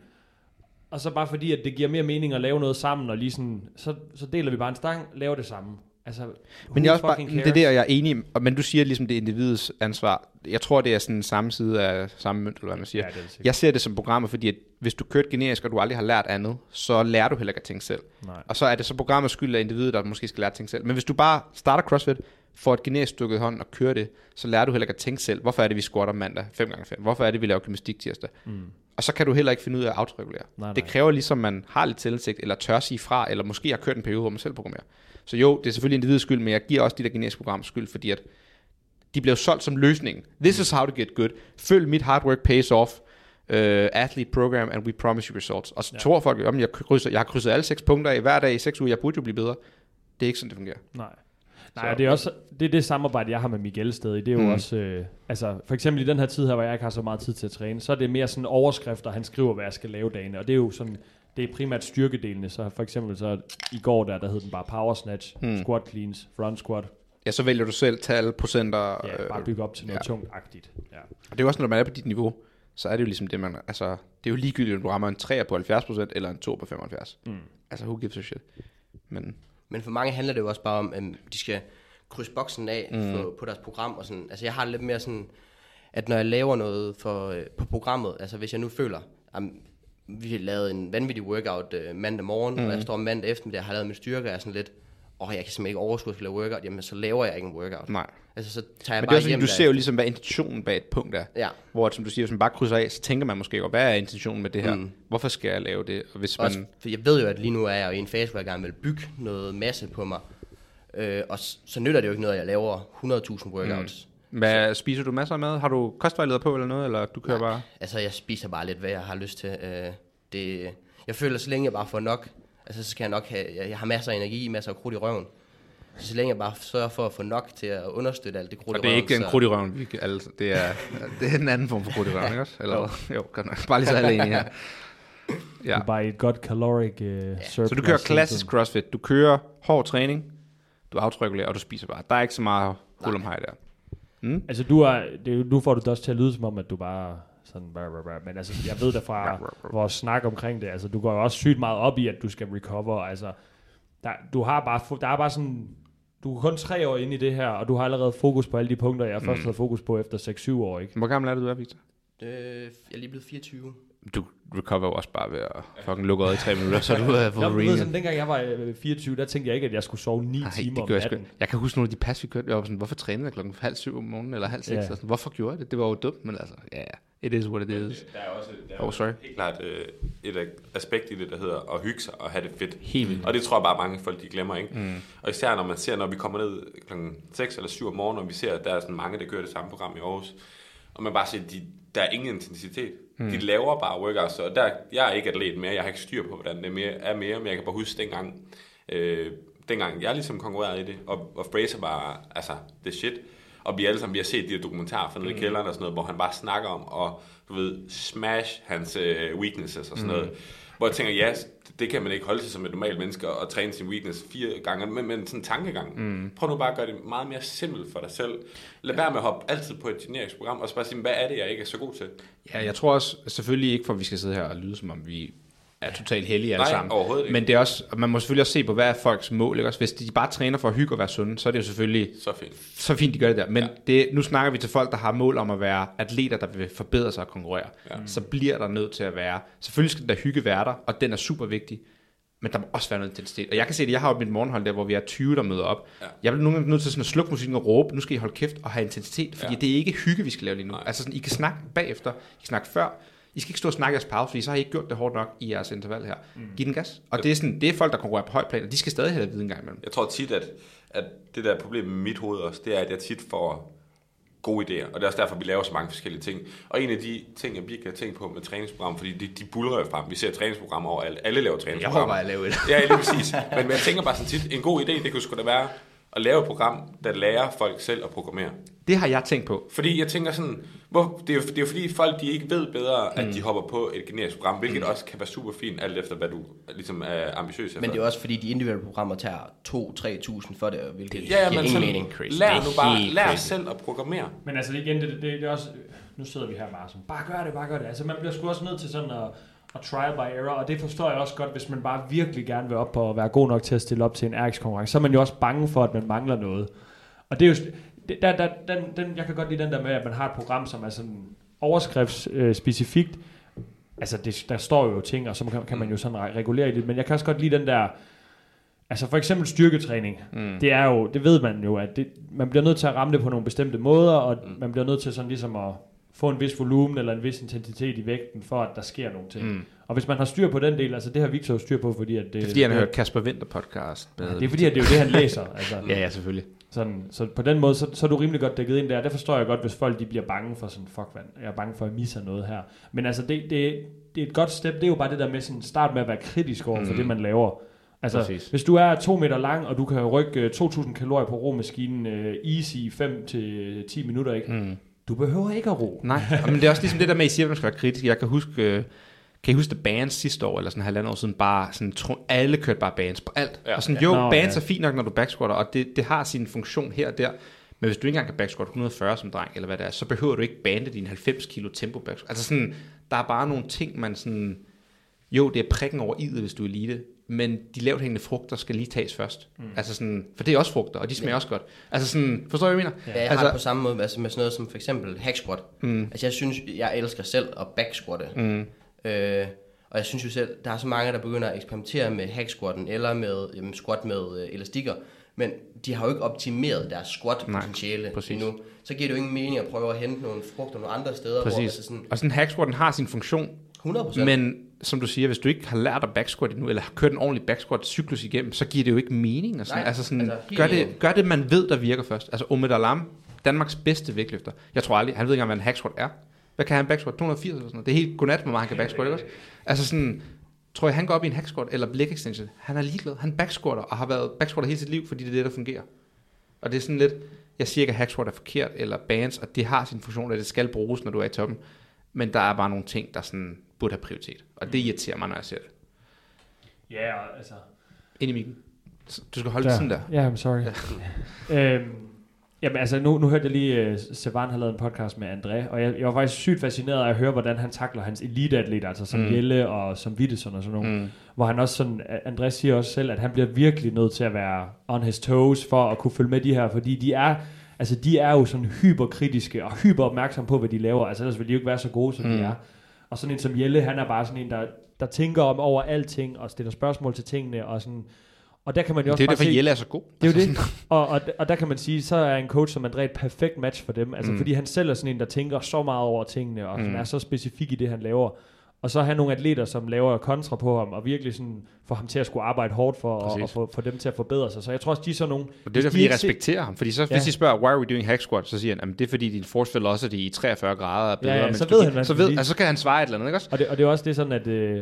Og så bare fordi, at det giver mere mening at lave noget sammen, og lige sådan, så, så deler vi bare en stang, laver det samme. Altså, men jeg er også bare, det er det, og jeg er enig, men du siger ligesom, det er individets ansvar. Jeg tror, det er sådan samme side af samme mønt, eller hvad man siger. Ja, jeg ser det som programmer, fordi at hvis du kører generisk, og du aldrig har lært andet, så lærer du heller ikke at tænke selv. Nej. Og så er det så programmets skyld af individet, der måske skal lære at tænke selv. Men hvis du bare starter CrossFit, får et generisk stykket hånd og kører det, så lærer du heller ikke at tænke selv. Hvorfor er det, vi squatter mandag fem gange fem? Hvorfor er det, vi laver gymnastik tirsdag? Mm. Og så kan du heller ikke finde ud af at autoregulere. Nej, nej. Det kræver ligesom, man har lidt selvindsigt, eller tør sige fra, eller måske har kørt en periode, hvor man selv programmerer. Så jo, det er selvfølgelig individets skyld, men jeg giver også de der generiske programmer skyld, fordi at de bliver solgt som løsningen. This is how to get good. Følg mit hard work pays off. Uh, athlete program, and we promise you results. Og så ja. tror folk, om jeg krydser, jeg har krydset alle seks punkter i hver dag i seks uger, jeg burde jo blive bedre. Det er ikke sådan, det fungerer. Nej. Nej, det er også det, er det samarbejde, jeg har med Miguel stadig. Det er jo mm. også, øh, altså for eksempel i den her tid her, hvor jeg ikke har så meget tid til at træne, så er det mere sådan overskrifter, han skriver, hvad jeg skal lave dagene. Og det er jo sådan, det er primært styrkedelene. Så for eksempel så i går der, der hed den bare power snatch, mm. squat cleans, front squat. Ja, så vælger du selv tal, procenter. Ja, bare bygge op til noget ja. tungt-agtigt. Ja. Og det er jo også, når man er på dit niveau, så er det jo ligesom det, man, altså, det er jo ligegyldigt, om du rammer en tre på halvfjerds procent, eller en to på femoghalvfjerds. Mm. Altså, who gives a shit? Men, Men for mange handler det jo også bare om, at de skal krydse boksen af mm. for, på deres program, og sådan, altså jeg har lidt mere sådan, at når jeg laver noget for, øh, på programmet, altså hvis jeg nu føler, at vi har lavet en vanvittig workout øh, mandag morgen, mm. og jeg står mandag eftermiddag, jeg har lavet min styrke, og er sådan lidt, åh, oh, jeg kan simpelthen ikke overskue at lave workout, jamen så laver jeg ikke en workout. Nej. Altså så tager jeg men bare det er hjem. Du ser jo ligesom, hvad intentionen bag et punkt er. Ja. Hvor, som du siger, hvis man bare krydser af, så tænker man måske, hvad er intentionen med det her? Mm. Hvorfor skal jeg lave det? Og hvis også, man... for jeg ved jo, at lige nu er jeg i en fase, hvor jeg gerne vil bygge noget masse på mig. Øh, og så, så nytter det jo ikke noget, at jeg laver hundrede tusind workouts. Mm. Hvad, spiser du masser af mad? Har du kostvejleder på eller noget? Eller du kører Nej, bare... altså jeg spiser bare lidt, hvad jeg har lyst til. Øh, det, jeg føler, så længe jeg bare får nok, altså så skal jeg nok have, jeg, jeg har masser af energi, masser af krudt i røven. Så, så længe jeg bare sørger for at få nok til at understøtte alt det krudt i røven. Og det er ikke den krudt i røven, vi altså, det er det er en anden form for krudt i røven, ikke også? Eller jo, jo godt nok. Bare lige så alle enige her. Ja. Du er bare et godt caloric uh, ja. Så du kører klassisk CrossFit, du kører hård træning, du autoregulerer, og du spiser bare. Der er ikke så meget hul om hej der. Mm? Altså du er, det, nu får du det også til at lyde som om, at du bare sådan, brr, brr, brr. Men altså jeg ved da fra vores snak omkring det, altså du går jo også sygt meget op i, at du skal recover, altså der, du har bare, der er bare sådan, du er kun tre år inde i det her, og du har allerede fokus på alle de punkter, jeg mm. først havde fokus på efter seks syv år, ikke? Hvor gammel er det, du er, Victor? Øh, jeg er lige blevet fireogtyve. Du recover jo også bare ved at fucking lukke øjet i tre minutter, så du er for ja, ved, sådan, dengang jeg var fireogtyve, der tænkte jeg ikke, at jeg skulle sove ni Ej, timer om natten. Jeg, jeg kan huske nogle af de pas, vi kørte. Jeg var sådan, hvorfor trænede jeg klokken halv syv om morgenen, eller halv seks? Ja. Sådan, hvorfor gjorde jeg det? Det var jo dumt, men altså, ja, yeah, it is what it is. Der er også der er oh, sorry. helt klart uh, et aspekt i det, der hedder at hygge sig og have det fedt. Helt. Og det tror jeg bare, mange folk de glemmer, ikke? Mm. Og især når man ser, når vi kommer ned klokken seks eller syv om morgenen, og vi ser, at der er sådan mange, der kører det samme program i Aarhus, og man bare ser, at de, der er ingen intensitet. Hmm. De laver bare workouts, og der, jeg er ikke atlet mere, jeg har ikke styr på, hvordan det mere, er mere, men jeg kan bare huske dengang, øh, dengang jeg ligesom konkurrerede i det, og, og Fraser var, altså, det shit, og vi alle sammen, vi har set de her dokumentarer fra nede hmm. i kælderen og sådan noget, hvor han bare snakker om, og du ved, smash hans øh, weaknesses og sådan hmm. noget, hvor jeg tænker, ja, det kan man ikke holde sig som et normalt menneske og træne sin weakness fire gange, men, men sådan en tankegang. Mm. Prøv nu bare at gøre det meget mere simpelt for dig selv. Lad ja. være med at hoppe altid på et generisk program, og så bare sige, hvad er det, jeg ikke er så god til? Ja, jeg tror også, selvfølgelig ikke, for vi skal sidde her og lyde, som om vi er totalt heldige alle Nej, sammen. Overhovedet ikke. Men det er også, man må selvfølgelig også se på, hvad er folks mål. Ikke? Også, hvis de bare træner for at hygge og være sunde, så er det jo selvfølgelig så fint, så fint de gør det der. Men ja. det, nu snakker vi til folk, der har mål om at være atleter, der vil forbedre sig og konkurrere. Ja. Så bliver der nødt til at være, selvfølgelig skal der hygge være der, og den er super vigtig. Men der må også være noget intensitet. Og jeg kan se det, jeg har jo mit morgenhold der, hvor vi er tyve, der møder op. Ja. Jeg bliver nogle gange nødt til sådan at slukke musikken og råbe, nu skal I holde kæft og have intensitet, fordi ja. det er ikke hygge, vi skal lave lige nu. Nej. Altså sådan, I kan snakke bagefter, I kan snakke før. I skal ikke stå og snakke jeres pause, fordi så har I ikke gjort det hårdt nok i jeres interval her. Mm. Giv den gas. Og det er, sådan, det er folk, der konkurrerer på højt plan, og de skal stadig have det vide en gang imellem. Jeg tror tit, at, at det der problem med mit hoved også, det er, at jeg tit får gode idéer, og det er også derfor, vi laver så mange forskellige ting. Og en af de ting, jeg virkelig har tænkt på med træningsprogram, fordi de, de buldrer jo frem. Vi ser træningsprogrammer over alt. Alle laver træningsprogrammer. Jeg håber, jeg laver det. Ja, lige præcis. Men, men jeg tænker bare sådan tit, en god idé, det kunne sgu da være at lave et program, der lærer folk selv at programmere. Det har jeg tænkt på. Fordi jeg tænker sådan, hvor, det, er jo, det er jo fordi folk, de ikke ved bedre, mm. at de hopper på et generisk program, hvilket mm. også kan være super fint, alt efter hvad du ligesom er ambitiøs efter. Men det er også fordi, de individuelle programmer tager to til tre tusind for det, hvilket ja, ja, giver ingen mening. Lær nu bare, lær selv at programmere. Men altså igen, det, det, det er også, nu sidder vi her bare sådan, bare gør det, bare gør det. Altså man bliver sgu også nødt til sådan at, at trial by error, og det forstår jeg også godt, hvis man bare virkelig gerne vil op på at være god nok til at stille op til en R X-konkurrence, så er man jo også bange for, at man mangler noget. Og det er jo, der, der, den, den, jeg kan godt lide den der med, at man har et program, som er sådan overskriftsspecifikt. Øh, altså det, der står jo ting, og så kan, kan man jo sådan regulere i det, men jeg kan også godt lide den der, altså for eksempel styrketræning, mm. det er jo, det ved man jo, at det, man bliver nødt til at ramme det på nogle bestemte måder, og mm. man bliver nødt til sådan ligesom at få en vis volumen eller en vis intensitet i vægten, for at der sker nogle ting. Mm. Og hvis man har styr på den del, altså det har Victor jo styr på, fordi at det... Det er fordi, han har hørt Kasper Winter podcast. Ja, det er fordi, at det er jo det, han læser. Altså. ja, ja, selvfølgelig. Sådan, så på den måde, så, så er du rimelig godt dækket ind der. Det forstår jeg godt, hvis folk de bliver bange for sådan, fuck man, jeg er bange for at misse noget her. Men altså, det, det, det er et godt step. Det er jo bare det der med sådan, start med at være kritisk over for mm. det, man laver. Altså, præcis. Hvis du er to meter lang, og du kan rykke to tusind kalorier på romaskinen uh, easy fem til ti minutter, ikke? Mm. Du behøver ikke at ro. Nej, men det er også ligesom det der med, at I siger, at man skal være kritisk. Jeg kan huske... Kan I huske, at bands sidste år, eller sådan en halvandet år siden, bare sådan, tro, alle kørte bare bands på alt. Ja. Og sådan, jo, Nå, bands ja. er fint nok, når du backsquatter, og det, det har sin funktion her og der. Men hvis du ikke engang kan backsquat et hundrede og fyrre som dreng, eller hvad det er, så behøver du ikke bande din halvfems kilo tempo backsquat. Altså sådan, der er bare nogle ting, man sådan... Jo, det er prikken over i'et, hvis du er elite, men de lavt hængende frugter skal lige tages først. Mm. Altså sådan, for det er også frugter, og de smager ja. også godt. Altså sådan, forstår du, hvad jeg mener? Ja, jeg altså, har det på samme måde altså med sådan noget som for eksempel hack squat. Mm. Altså jeg synes, jeg elsker selv at backsquatte. Mm. Øh, og jeg synes jo selv, der er så mange, der begynder at eksperimentere med hack squatten eller med jamen, squat med øh, elastikker, men de har jo ikke optimeret deres squat-potentiale endnu. Så giver det jo ingen mening at prøve at hente nogle frugter nogle andre steder. Præcis. Hvor, altså sådan, og sådan hack squatten har sin funktion. hundrede procent. Men som du siger, hvis du ikke har lært at backsquat endnu, eller har kørt en ordentlig backsquat cyklus igennem, så giver det jo ikke mening. Og sådan. Nej, altså sådan, altså, gør, det, gør det, man ved, der virker først. Altså Omid Alam, Danmarks bedste vægtløfter. Jeg tror aldrig, han ved ikke engang, hvad en hack squat er. Hvad kan han backsquat? to hundrede og firs eller sådan noget. Det er helt godnat, hvor meget han kan backsquat, ikke også? Altså sådan, tror jeg, han går op i en hack squat eller leg extension. Han er ligeglad. Han backsquatter og har været backsquatter hele sit liv, fordi det er det, der fungerer. Og det er sådan lidt, jeg siger ikke, at hack squat er forkert, eller bands, og det har sin funktion, at det skal bruges, når du er i toppen. Men der er bare nogle ting, der sådan burde have prioritet. Og det irriterer mig, når jeg ser det. Ja, yeah, altså... Ind i mikken. Du skal holde det sådan der. Ja, yeah, I'm sorry. Ja. øhm, jamen altså, nu, nu hørte jeg lige, uh, Sevan har lavet en podcast med André, og jeg, jeg var faktisk sygt fascineret af at høre, hvordan han takler hans eliteatleter, altså som mm. Jelle og som Wittesson og sådan nogle. Mm. Hvor han også sådan, André siger også selv, at han bliver virkelig nødt til at være on his toes for at kunne følge med de her, fordi de er... Altså, de er jo sådan hyperkritiske og hyperopmærksomme på, hvad de laver. Altså, ellers vil de jo ikke være så gode, som mm. de er. Og sådan en som Jelle, han er bare sådan en, der, der tænker om over alting og stiller spørgsmål til tingene. Og, sådan, og der kan man jo også det er bare derfor, Jelle er så god. Det er jo det. Og, og, og der kan man sige, så er en coach som André et perfekt match for dem. Altså, mm. fordi han selv er sådan en, der tænker så meget over tingene, og mm. er så specifik i det, han laver. Og så har han nogle atleter, som laver kontra på ham, og virkelig sådan får ham til at skulle arbejde hårdt for, og, og få, få dem til at forbedre sig. Så jeg tror også, de er sådan nogle... Og det er fordi, de respekterer se... ham. Fordi så, ja. hvis de spørger, why are we doing hack squat, så siger han, det er fordi, din force velocity i treogfyrre grader er bedre. Ja, ja, så ved han, hvad så, ved, altså, så kan han svare et eller andet, ikke også? Og det, og det er også det sådan, at... Øh,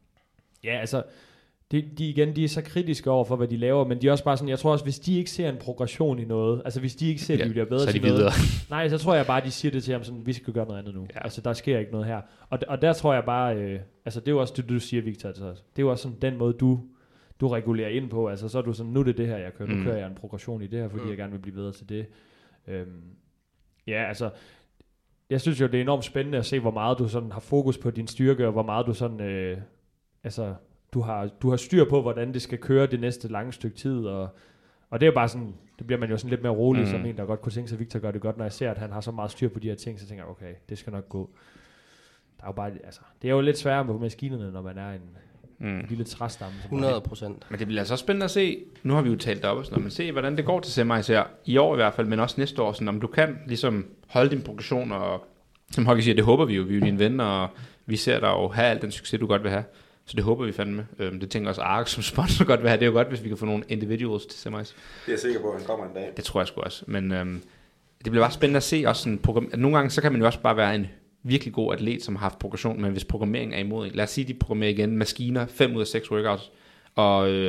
ja, altså... De, de igen, de er så kritiske over for, hvad de laver, men de er også bare sådan, jeg tror også, hvis de ikke ser en progression i noget, altså hvis de ikke ser, at de ja, bliver bedre så til de noget, nej, så tror jeg bare, de siger det til ham sådan, vi skal gøre noget andet nu. Ja. Altså, der sker ikke noget her. Og, og der tror jeg bare, øh, altså det er jo også det, du siger, Victor, altså, det er jo også sådan den måde, du, du regulerer ind på, altså så er du sådan, nu er det det her, jeg kører, mm. nu kører jeg en progression i det her, fordi mm. jeg gerne vil blive bedre til det. Øhm, ja, altså, jeg synes jo, det er enormt spændende at se, hvor meget du sådan har fokus på din styrke, og hvor meget du sådan, øh, altså, Du har, du har styr på, hvordan det skal køre det næste lange stykke tid, og, og det er bare sådan, det bliver man jo sådan lidt mere rolig, mm. som en, der godt kunne tænke sig, Victor gør det godt, når jeg ser, at han har så meget styr på de her ting, så tænker jeg, okay, det skal nok gå. Der er jo bare, altså, det er jo lidt sværere på maskinerne, når man er en, mm. en lille træstamme. hundrede procent. Men det bliver altså spændende at se, nu har vi jo talt op og sådan noget, men se, hvordan det går til semis her, i år i hvert fald, men også næste år, sådan, om du kan ligesom holde din progression, og som Holger siger, det håber vi jo, vi er jo dine venner, og vi ser dig jo have al den succes, du godt vil have. Så det håber vi fandme. Øhm, det tænker også Ark som sponsor godt vil have. Det er jo godt, hvis vi kan få nogle individuals til semis. Det er jeg sikker på, at han kommer en dag. Det tror jeg sgu også. Men øhm, det bliver bare spændende at se også sådan program- at nogle gange så kan man jo også bare være en virkelig god atlet, som har haft progression, men hvis programmering er imod en. Lad os sige, de programmerer igen maskiner, fem ud af seks workouts, og øh,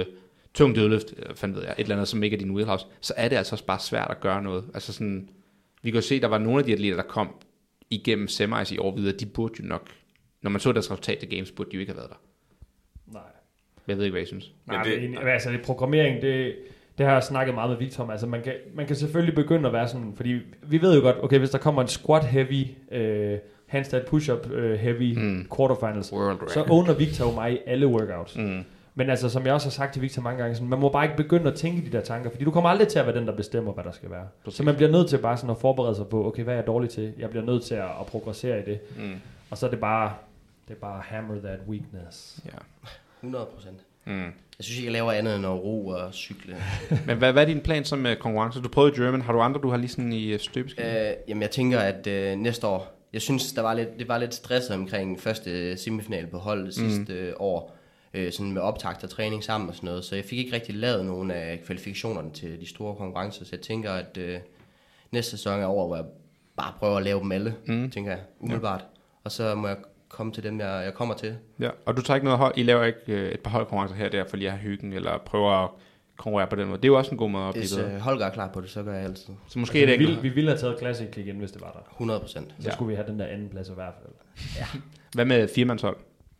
tung dødløft, fandt ved jeg, et eller andet, som ikke er din wheelhouse, så er det altså også bare svært at gøre noget. Altså sådan, vi kan jo se, at der var nogle af de atleter, der kom igennem semis i år videre, de burde jo nok, når man så deres resultat til games, burde de jo ikke have været der. Nej. Jeg ved ikke, hvad I synes. Nej, men det, men, altså det programmering, det, det har jeg snakket meget med Victor om. Altså man kan, man kan selvfølgelig begynde at være sådan, fordi vi ved jo godt, okay, hvis der kommer en squat heavy, øh, handstand push-up øh, heavy mm. quarterfinals, World så owner Victor jo mig i alle workouts. Mm. Men altså, som jeg også har sagt til Victor mange gange, sådan, man må bare ikke begynde at tænke de der tanker, fordi du kommer aldrig til at være den, der bestemmer, hvad der skal være. Præcis. Så man bliver nødt til bare sådan at forberede sig på, okay, hvad er jeg dårlig til? Jeg bliver nødt til at, at progressere i det. Mm. Og så er det bare, det er bare hammer that weakness. Ja. hundrede procent. Mm. Jeg synes ikke, jeg laver andet end at ro og cykle. Men hvad, hvad er din plan som uh, konkurrence? Du prøvede German. Har du andre, du har lige sådan i uh, støbeskabet? Øh, jamen, jeg tænker, at øh, næste år, jeg synes, der var lidt, det var lidt stresset omkring første semifinal på holdet mm. sidste øh, år. Øh, sådan med optakt og træning sammen og sådan noget. Så jeg fik ikke rigtig lavet nogen af kvalifikationerne til de store konkurrencer. Så jeg tænker, at øh, næste sæson er over, hvor jeg bare prøver at lave dem alle, mm. tænker jeg, umiddelbart. Ja. Og så må jeg komme til dem, jeg, jeg kommer til. Ja, og du tager ikke noget hold, I laver ikke øh, et par holdkonkurrencer her og der, for lige at have hyggen, eller prøver at konkurrere på den måde. Det er jo også en god måde at blive Hvis øh, Holger er klar på det, så gør jeg altid. Så måske altså, det vi, vil, vi ville have taget Classic igen, hvis det var der. hundrede procent. Så ja. Skulle vi have den der anden plads i hvert fald. Ja. Hvad med firemandshold?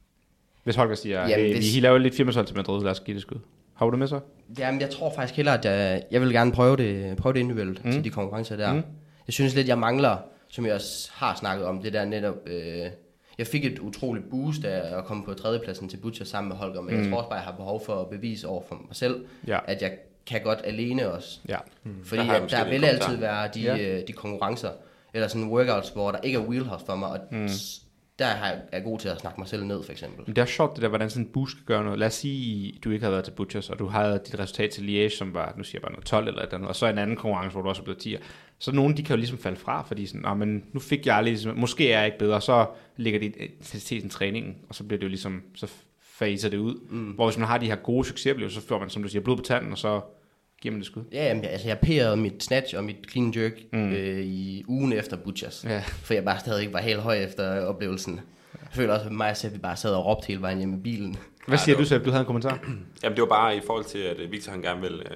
Hvis Holger siger, Jamen, hey, hvis... vi laver lidt firmandshold til Madrid, lad os give det skud. Har du det med så? Jamen, jeg tror faktisk hellere, at jeg, jeg vil gerne prøve det, prøve det individuelt mm. til de konkurrencer der. Mm. Jeg synes lidt, jeg mangler, som jeg også har snakket om, det der netop... Øh, jeg fik et utroligt boost af at komme på tredjepladsen til Butcher sammen med Holger, men mm. jeg tror også bare, jeg har behov for at bevise over for mig selv, ja. At jeg kan godt alene også. Ja. Mm. Fordi der, at, der vil altid være de, ja. de konkurrencer, eller sådan workouts, hvor der ikke er wheelhouse for mig, og mm. der er jeg god til at snakke mig selv ned, for eksempel. Men det er sjovt, det der, hvordan sådan en boost kan gøre noget. Lad os sige, at du ikke har været til Butchers, og du havde dit resultat til Liège, som var, nu siger jeg bare noget tolv eller et andet, og så en anden konkurrence, hvor du også er blevet tier. Så nogle, de kan jo ligesom falde fra, fordi sådan, ah, men nu fik jeg ligesom, måske er jeg ikke bedre, så ligger det intensitet i træningen, og så bliver det jo ligesom, så faser det ud. Mm. Hvor hvis man har de her gode succesoplevelser, så får man, som du siger, blod på tanden, og så giver man det skud. Ja, jamen, altså jeg pærede mit snatch og mit clean jerk mm. øh, i ugen efter Butchers, ja. For jeg bare stadig ikke var helt høj efter oplevelsen. Jeg føler også, at mig og Sepp bare sad og råbte hele vejen hjemme i bilen. Hvad siger ja, du, Sepp? Du havde en kommentar? Jamen det var bare i forhold til, at Victor han gerne vil øh,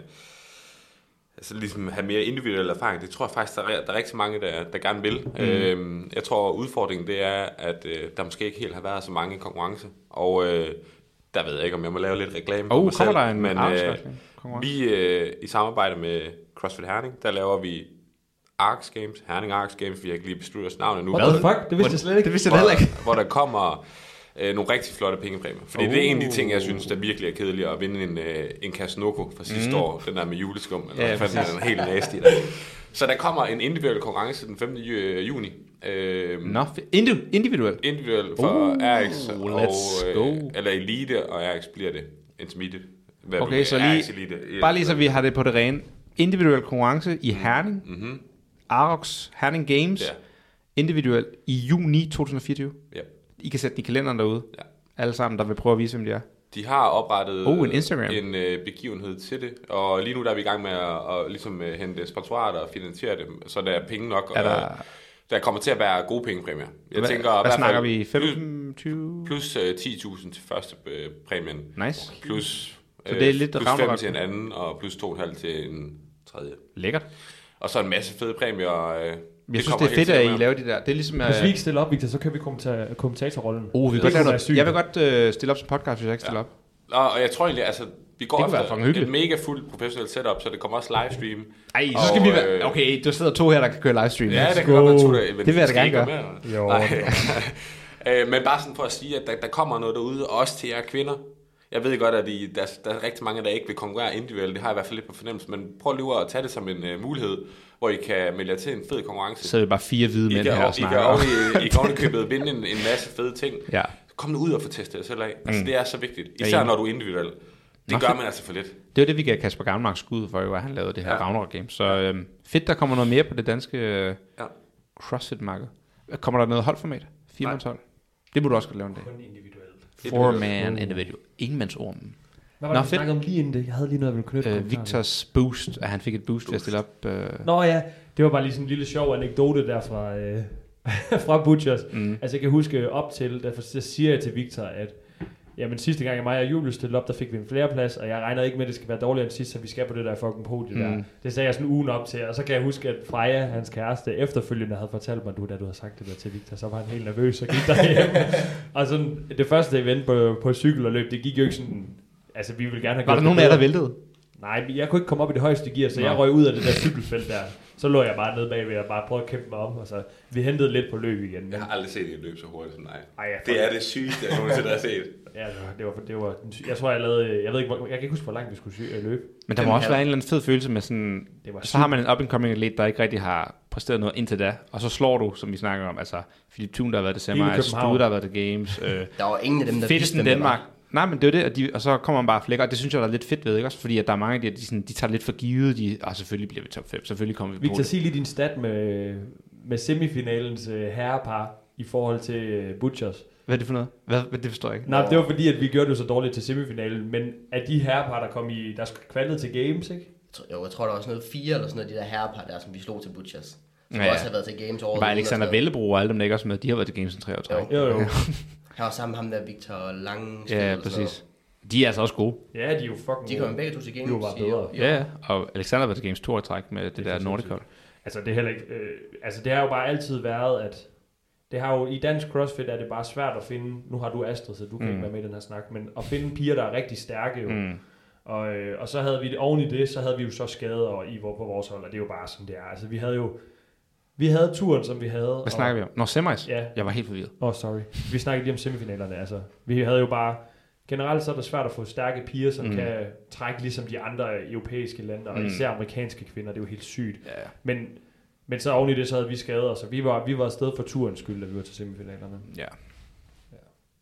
altså ligesom have mere individuel erfaring. Det tror jeg faktisk, der er, der er rigtig mange, der, der gerne vil. Mm. Øhm, jeg tror, udfordringen det er, at øh, der måske ikke helt har været så mange konkurrencer. Og øh, der ved jeg ikke, om jeg må lave lidt reklame på oh, mig selv. Der en men øh, vi øh, i samarbejde med CrossFit Herning, der laver vi Arcs Games, Herning Arcs Games, vi har ikke lige besluttet os navnet nu. What the fuck? Det vidste jeg slet ikke. Det vidste jeg heller ikke. Hvor der kommer øh, nogle rigtig flotte pengepræmier. Fordi oh. det er en af de ting, jeg synes, der virkelig er kedeligt at vinde en, øh, en kasse Noko fra sidste mm. år. Den der med juleskum. Eller ja, faktisk den er helt nasty der. Så der kommer en individuel konkurrence den femte juni. Øh, Nå, indi- individuel? Individuel for uh, R X og, øh, eller Elite, og R X bliver det. Intermediate. Hvad okay, så lige, Elite. Bare lige så vi har det på det rene. Individuel konkurrence i Herning. Mm-hmm. Arox Herning Games. Ja. Individuelt i juni to tusind og fireogtyve. Ja. I kan sætte den i kalenderen derude. Ja. Alle sammen, der vil prøve at vise, hvem de er. De har oprettet oh, en, Instagram. en øh, begivenhed til det, og lige nu der er vi i gang med at, at ligesom, øh, hente sponsorater og finansiere dem, så der er penge nok, og der... der kommer til at være gode pengepræmier. Jeg hvad, tænker, hvad snakker vi? femten tyve Plus, plus uh, ti tusind til første øh, præmien. Nice. Plus, så det er lidt plus fem til en anden, og plus to komma fem til en tredje. Lækkert. Og så en masse fede præmier. Øh, jeg det synes, det er fedt, at I laver de der. Det er ligesom, hvis vi ikke stiller op, Victor, så kan vi kommenta- kommentatorrollen. Oh, vi kan godt noget. Jeg vil godt uh, stille op som podcast, hvis jeg ikke stiller ja. op. Og jeg tror egentlig, altså, vi går efter et mega fuldt professionelt setup, så det kommer også livestream. Ej, så skal og, vi være... Okay, du sidder to her, der kan køre livestream. Ja, det kan godt være to der. Det vil jeg da gerne gøre. Jo. Men bare sådan for at sige, at der, der kommer noget derude, også til jer kvinder. Jeg ved godt, at I, der, der er rigtig mange, der ikke vil konkurrere individuelt. Det har jeg i hvert fald lidt på fornemmelse. Men prøv lige at tage det som en uh, mulighed, hvor I kan melde jer til en fed konkurrence. Så er det bare fire hvide mænd her og snakker. I kan ovenikøbet vinde en, en masse fede ting. Ja. Kom nu ud og få testet jer selv af. Altså, mm. det er så vigtigt. Især ja, når du er individuel. Det gør man altså for lidt. Det var det, vi gav Kasper Gammelmark skud for, jo, at han lavede det her ja. Ragnarok Game. Så øhm, fedt, der kommer noget mere på det danske øh, ja. CrossFit-marked. Kommer der noget holdformat? Firemandshold? Det må du også godt lave en dag. Kun individuelt. Four-man individual. Ingenmandsorm. Hvad var det, du snakkede om lige inden det? Jeg havde lige noget, jeg ville knytte. Øh, Victors boost, at han fik et boost ved at stille op. Øh... Nå ja, det var bare lige sådan en lille sjov anekdote der fra, øh, fra Butchers. Mm. Altså jeg kan huske op til, derfor siger jeg til Victor, at jamen sidste gang, mig og Julius stillede op, der fik vi en flæreplads, og jeg regner ikke med, at det skal være dårligere end sidst, så vi skal på det der fucking podie mm. der. Det sagde jeg sådan ugen op til, og så kan jeg huske, at Freja, hans kæreste, efterfølgende havde fortalt mig, du, da du havde sagt det der til Victor, så var han helt nervøs og gik derhjemme. Og sådan, det første event på, på cykel og løb, det gik jo ikke sådan, altså vi ville gerne have Var der nogen af jer, der væltede? Nej, jeg kunne ikke komme op i det højeste gear, så Nå. jeg røg ud af det der cykelfelt der. Så lå jeg bare nede bagved og bare prøvede at kæmpe mig om, og så vi hentede lidt på løb igen. Men... Jeg har aldrig set en løb så hurtigt som dig. Ej, jeg det er det sygeste, jeg nogensinde har set. Ja, det var, det var, jeg tror, jeg lavede, jeg ved ikke, hvor, jeg kan ikke huske, hvor langt vi skulle løbe. Men der må også være en eller anden fed følelse med sådan, så har man en up-and-coming atlet, der ikke rigtig har præsteret noget indtil da, og så slår du, som vi snakker om, altså Philip Thun, der har været det semi, Stude, der har været det games. Øh, der var ingen af dem, der vidste, dem Danmark. Nej, men det er det, og, de, og så kommer man bare flækker, og det synes jeg, der er lidt fedt ved, ikke også? Fordi at der er mange af de, de, sådan, de tager lidt for givet, de, og selvfølgelig bliver vi top fem, selvfølgelig kommer vi på Victor, det. sig lige din stat med, med semifinalens uh, herrepar i forhold til uh, Butchers. Hvad er det for noget? Hvad, hvad det forstår jeg ikke. Nej, det var fordi, at vi gjorde det så dårligt til semifinalen, men af de herrepar, der kom i, der kvalede til games, ikke? Jo, jeg tror, der var sådan noget fire eller sådan noget, de der herrepar der, som vi slog til Butchers. Som ja, ja. også har været til games over. Bare Alexander Vellebro og alle dem, der ikke også med, de har været til games i treogtredive. Jo, jo. jo. Her var sammen ham der Victor Lange. Ja, præcis. De er altså også gode. Ja, de er jo fucking De kommer begge to til games. De var bedre. Ja, og Alexander var til games to i træk med det, det der Nordic hold. Altså det er heller ikke, øh, altså det har jo bare altid været, at det har jo i dansk CrossFit er det bare svært at finde. Nu har du Astrid, så du kan mm. ikke være med i den her snak, men at finde piger, der er rigtig stærke jo. Mm. Og, øh, og så havde vi det oven i det, så havde vi jo så skader i på vores hold, og det er jo bare sådan det er. Altså vi havde jo vi havde turen, som vi havde. Hvad snakker vi om? Nå, semis? Ja. Jeg var helt forvirret. Åh, oh, sorry. Vi snakkede lige om semifinalerne. Altså, vi havde jo bare... Generelt så er det svært at få stærke piger, som mm. kan trække ligesom de andre europæiske lande, og mm. især amerikanske kvinder. Det er jo helt sygt. Yeah. Men, men så oven i det, så havde vi skader, så vi var, vi var afsted for turens skyld, da vi var til semifinalerne. Ja. ja.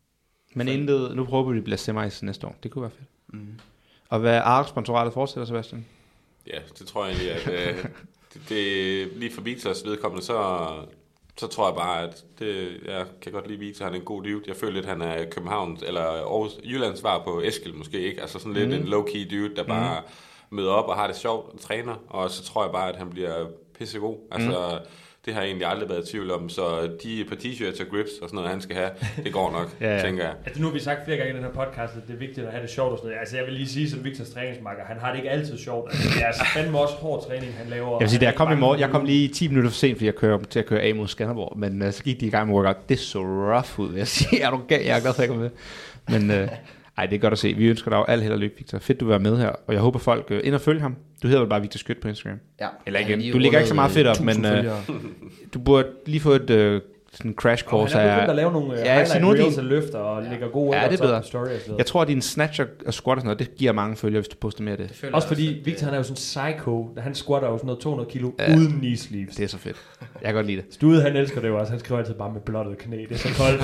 Men intet, nu prøver vi at blive semis næste år. Det kunne være fedt. Mm. Og hvad er sponsoratet fortsætter, Sebastian? Ja, det tror jeg egentlig, at øh, det, det, lige for Victors vedkommende, så... Så tror jeg bare, at det, jeg kan godt lide Victor, han er en god dude. Jeg føler lidt, han er København eller Aarhus, Jyllands svar på Eskil måske ikke. Altså sådan lidt mm. en low-key dude, der bare mm. møder op og har det sjovt og træner. Og så tror jeg bare, at han bliver pissegod. Altså mm. det har jeg egentlig aldrig været i tvivl om. Så de par t-shirts og grips og sådan noget, han skal have, det går nok, ja, ja. tænker jeg. Altså nu har vi sagt flere gange i den her podcast, at det er vigtigt at have det sjovt og sådan noget. Altså jeg vil lige sige, som Victors træningsmarker, han har det ikke altid sjovt. Altså, det er altså fandme også hård træning, han laver. Jeg vil sige, da jeg kom i morgen, jeg kom lige ti minutter for sent, fordi jeg kører til at køre af mod Skanderborg. Men uh, så gik de i gang med workout. Det så rough ud, vil jeg sige. Er du gal? Jeg er glad for, at jeg kom med. Men uh, ej, det er godt at se. Vi ønsker dig jo alt held og lykke, Victor. Fedt, du vil være med her. Og jeg håber, folk uh, ind og følge ham. Du hedder vel bare Victor Skyt på Instagram? Ja. Eller igen, du ligger ikke så meget fedt op, men uh, du burde lige få et uh, sådan crash course. Og han er begyndt at lave nogle ja, highlight reels og løfter og ja. lægger gode ja, det er bedre. Story. Jeg tror, at din snatch og squat og sådan noget, det giver mange følgere, hvis du poster mere af det. det også fordi Victor, han er jo sådan en psycho. Han squatter jo sådan noget to hundrede kilo ja. uden knee sleeves. Det er så fedt. Jeg kan godt lide det. Stude, han elsker det jo også. Han skriver altid bare med blottet knæ. Det er så koldt.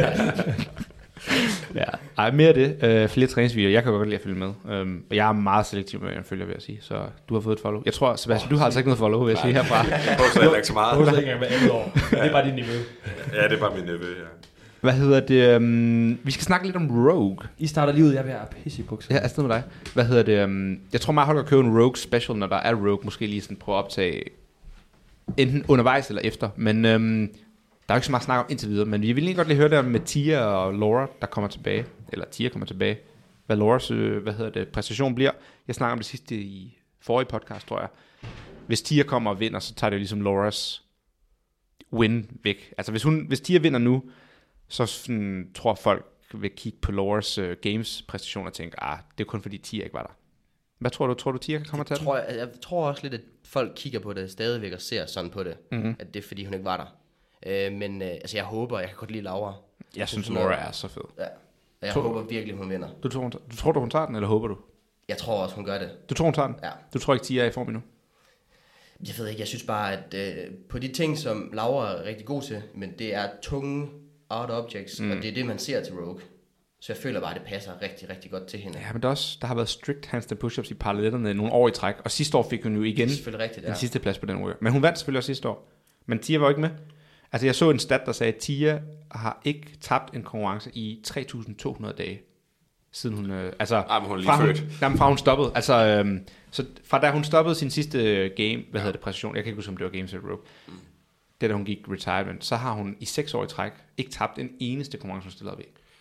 ja, ej, mere af det. Uh, flere træningsvideoer. Jeg kan godt lide at følge med. Um, og jeg er meget selektiv med, hvad jeg følger, vil jeg sige. Så du har fået et follow. Jeg tror, Sebastian, oh, du har altså ikke noget follow, vil jeg sige herfra. Jeg poster ikke så meget. Du poster ikke engang med alle år. Det er bare din niveau. Ja, det er bare min niveau, ja. Hvad hedder det? Um, vi skal snakke lidt om Rogue. I starter lige ud, jeg vil have pisse i bukser. Ja, afsted med dig. Hvad hedder det? Um, jeg tror meget, holder at købe en Rogue special, når der er Rogue. Måske lige sådan prøve at optage enten undervejs eller efter. Men um, der er jo ikke så meget snak om indtil videre. Men vi vil lige godt lige høre det med Tia og Laura, der kommer tilbage. Eller Tia kommer tilbage. Hvad Lauras øh, hvad hedder det, præstation bliver. Jeg snakker om det sidste i forrige podcast, tror jeg. Hvis Tia kommer og vinder, så tager det jo ligesom Lauras win væk. Altså hvis, hun, hvis Tia vinder nu, så sådan, tror folk vil kigge på Lauras uh, games præstation og tænke, ah, det er kun fordi Tia ikke var der. Hvad tror du? Tror du Tia kan komme og tage tror jeg, jeg tror også lidt, at folk kigger på det stadigvæk og ser sådan på det. Mm-hmm. At det er fordi hun ikke var der. Øh, men øh, altså jeg håber, jeg kan godt lide Laura. Jeg, jeg synes, Laura er så fed. Ja. Jeg tror, håber virkelig, hun vinder. Du tror, hun, du tror du, hun tager den, eller håber du? Jeg tror også, hun gør det. Du tror, hun tager den? Ja. Du tror ikke, Tia er i form endnu? Jeg ved ikke, jeg synes bare, at øh, på de ting, som Laura er rigtig god til, men det er tunge art objects, mm. og det er det, man ser til Rogue. Så jeg føler bare, at det passer rigtig, rigtig godt til hende. Ja, men der, også, der har været strict handstand push-ups i paralletterne nogle år i træk, og sidste år fik hun jo igen rigtigt, ja. den sidste plads på den uge. Men hun vandt selvfølgelig også sidste år. Men Tia var ikke med. Altså jeg så en stat, der sagde, at Tia har ikke tabt en konkurrence i tre tusind to hundrede dage, siden hun... Øh, altså, Ej, hun er lige fra, født. Hun, jamen, fra hun stoppede. Altså, øh, så fra da hun stoppede sin sidste game, hvad hedder det, præstation, jeg kan ikke huske, om det var Games at Rogue, mm. det da hun gik retirement, så har hun i seks år i træk ikke tabt en eneste konkurrence, hun stillede op i.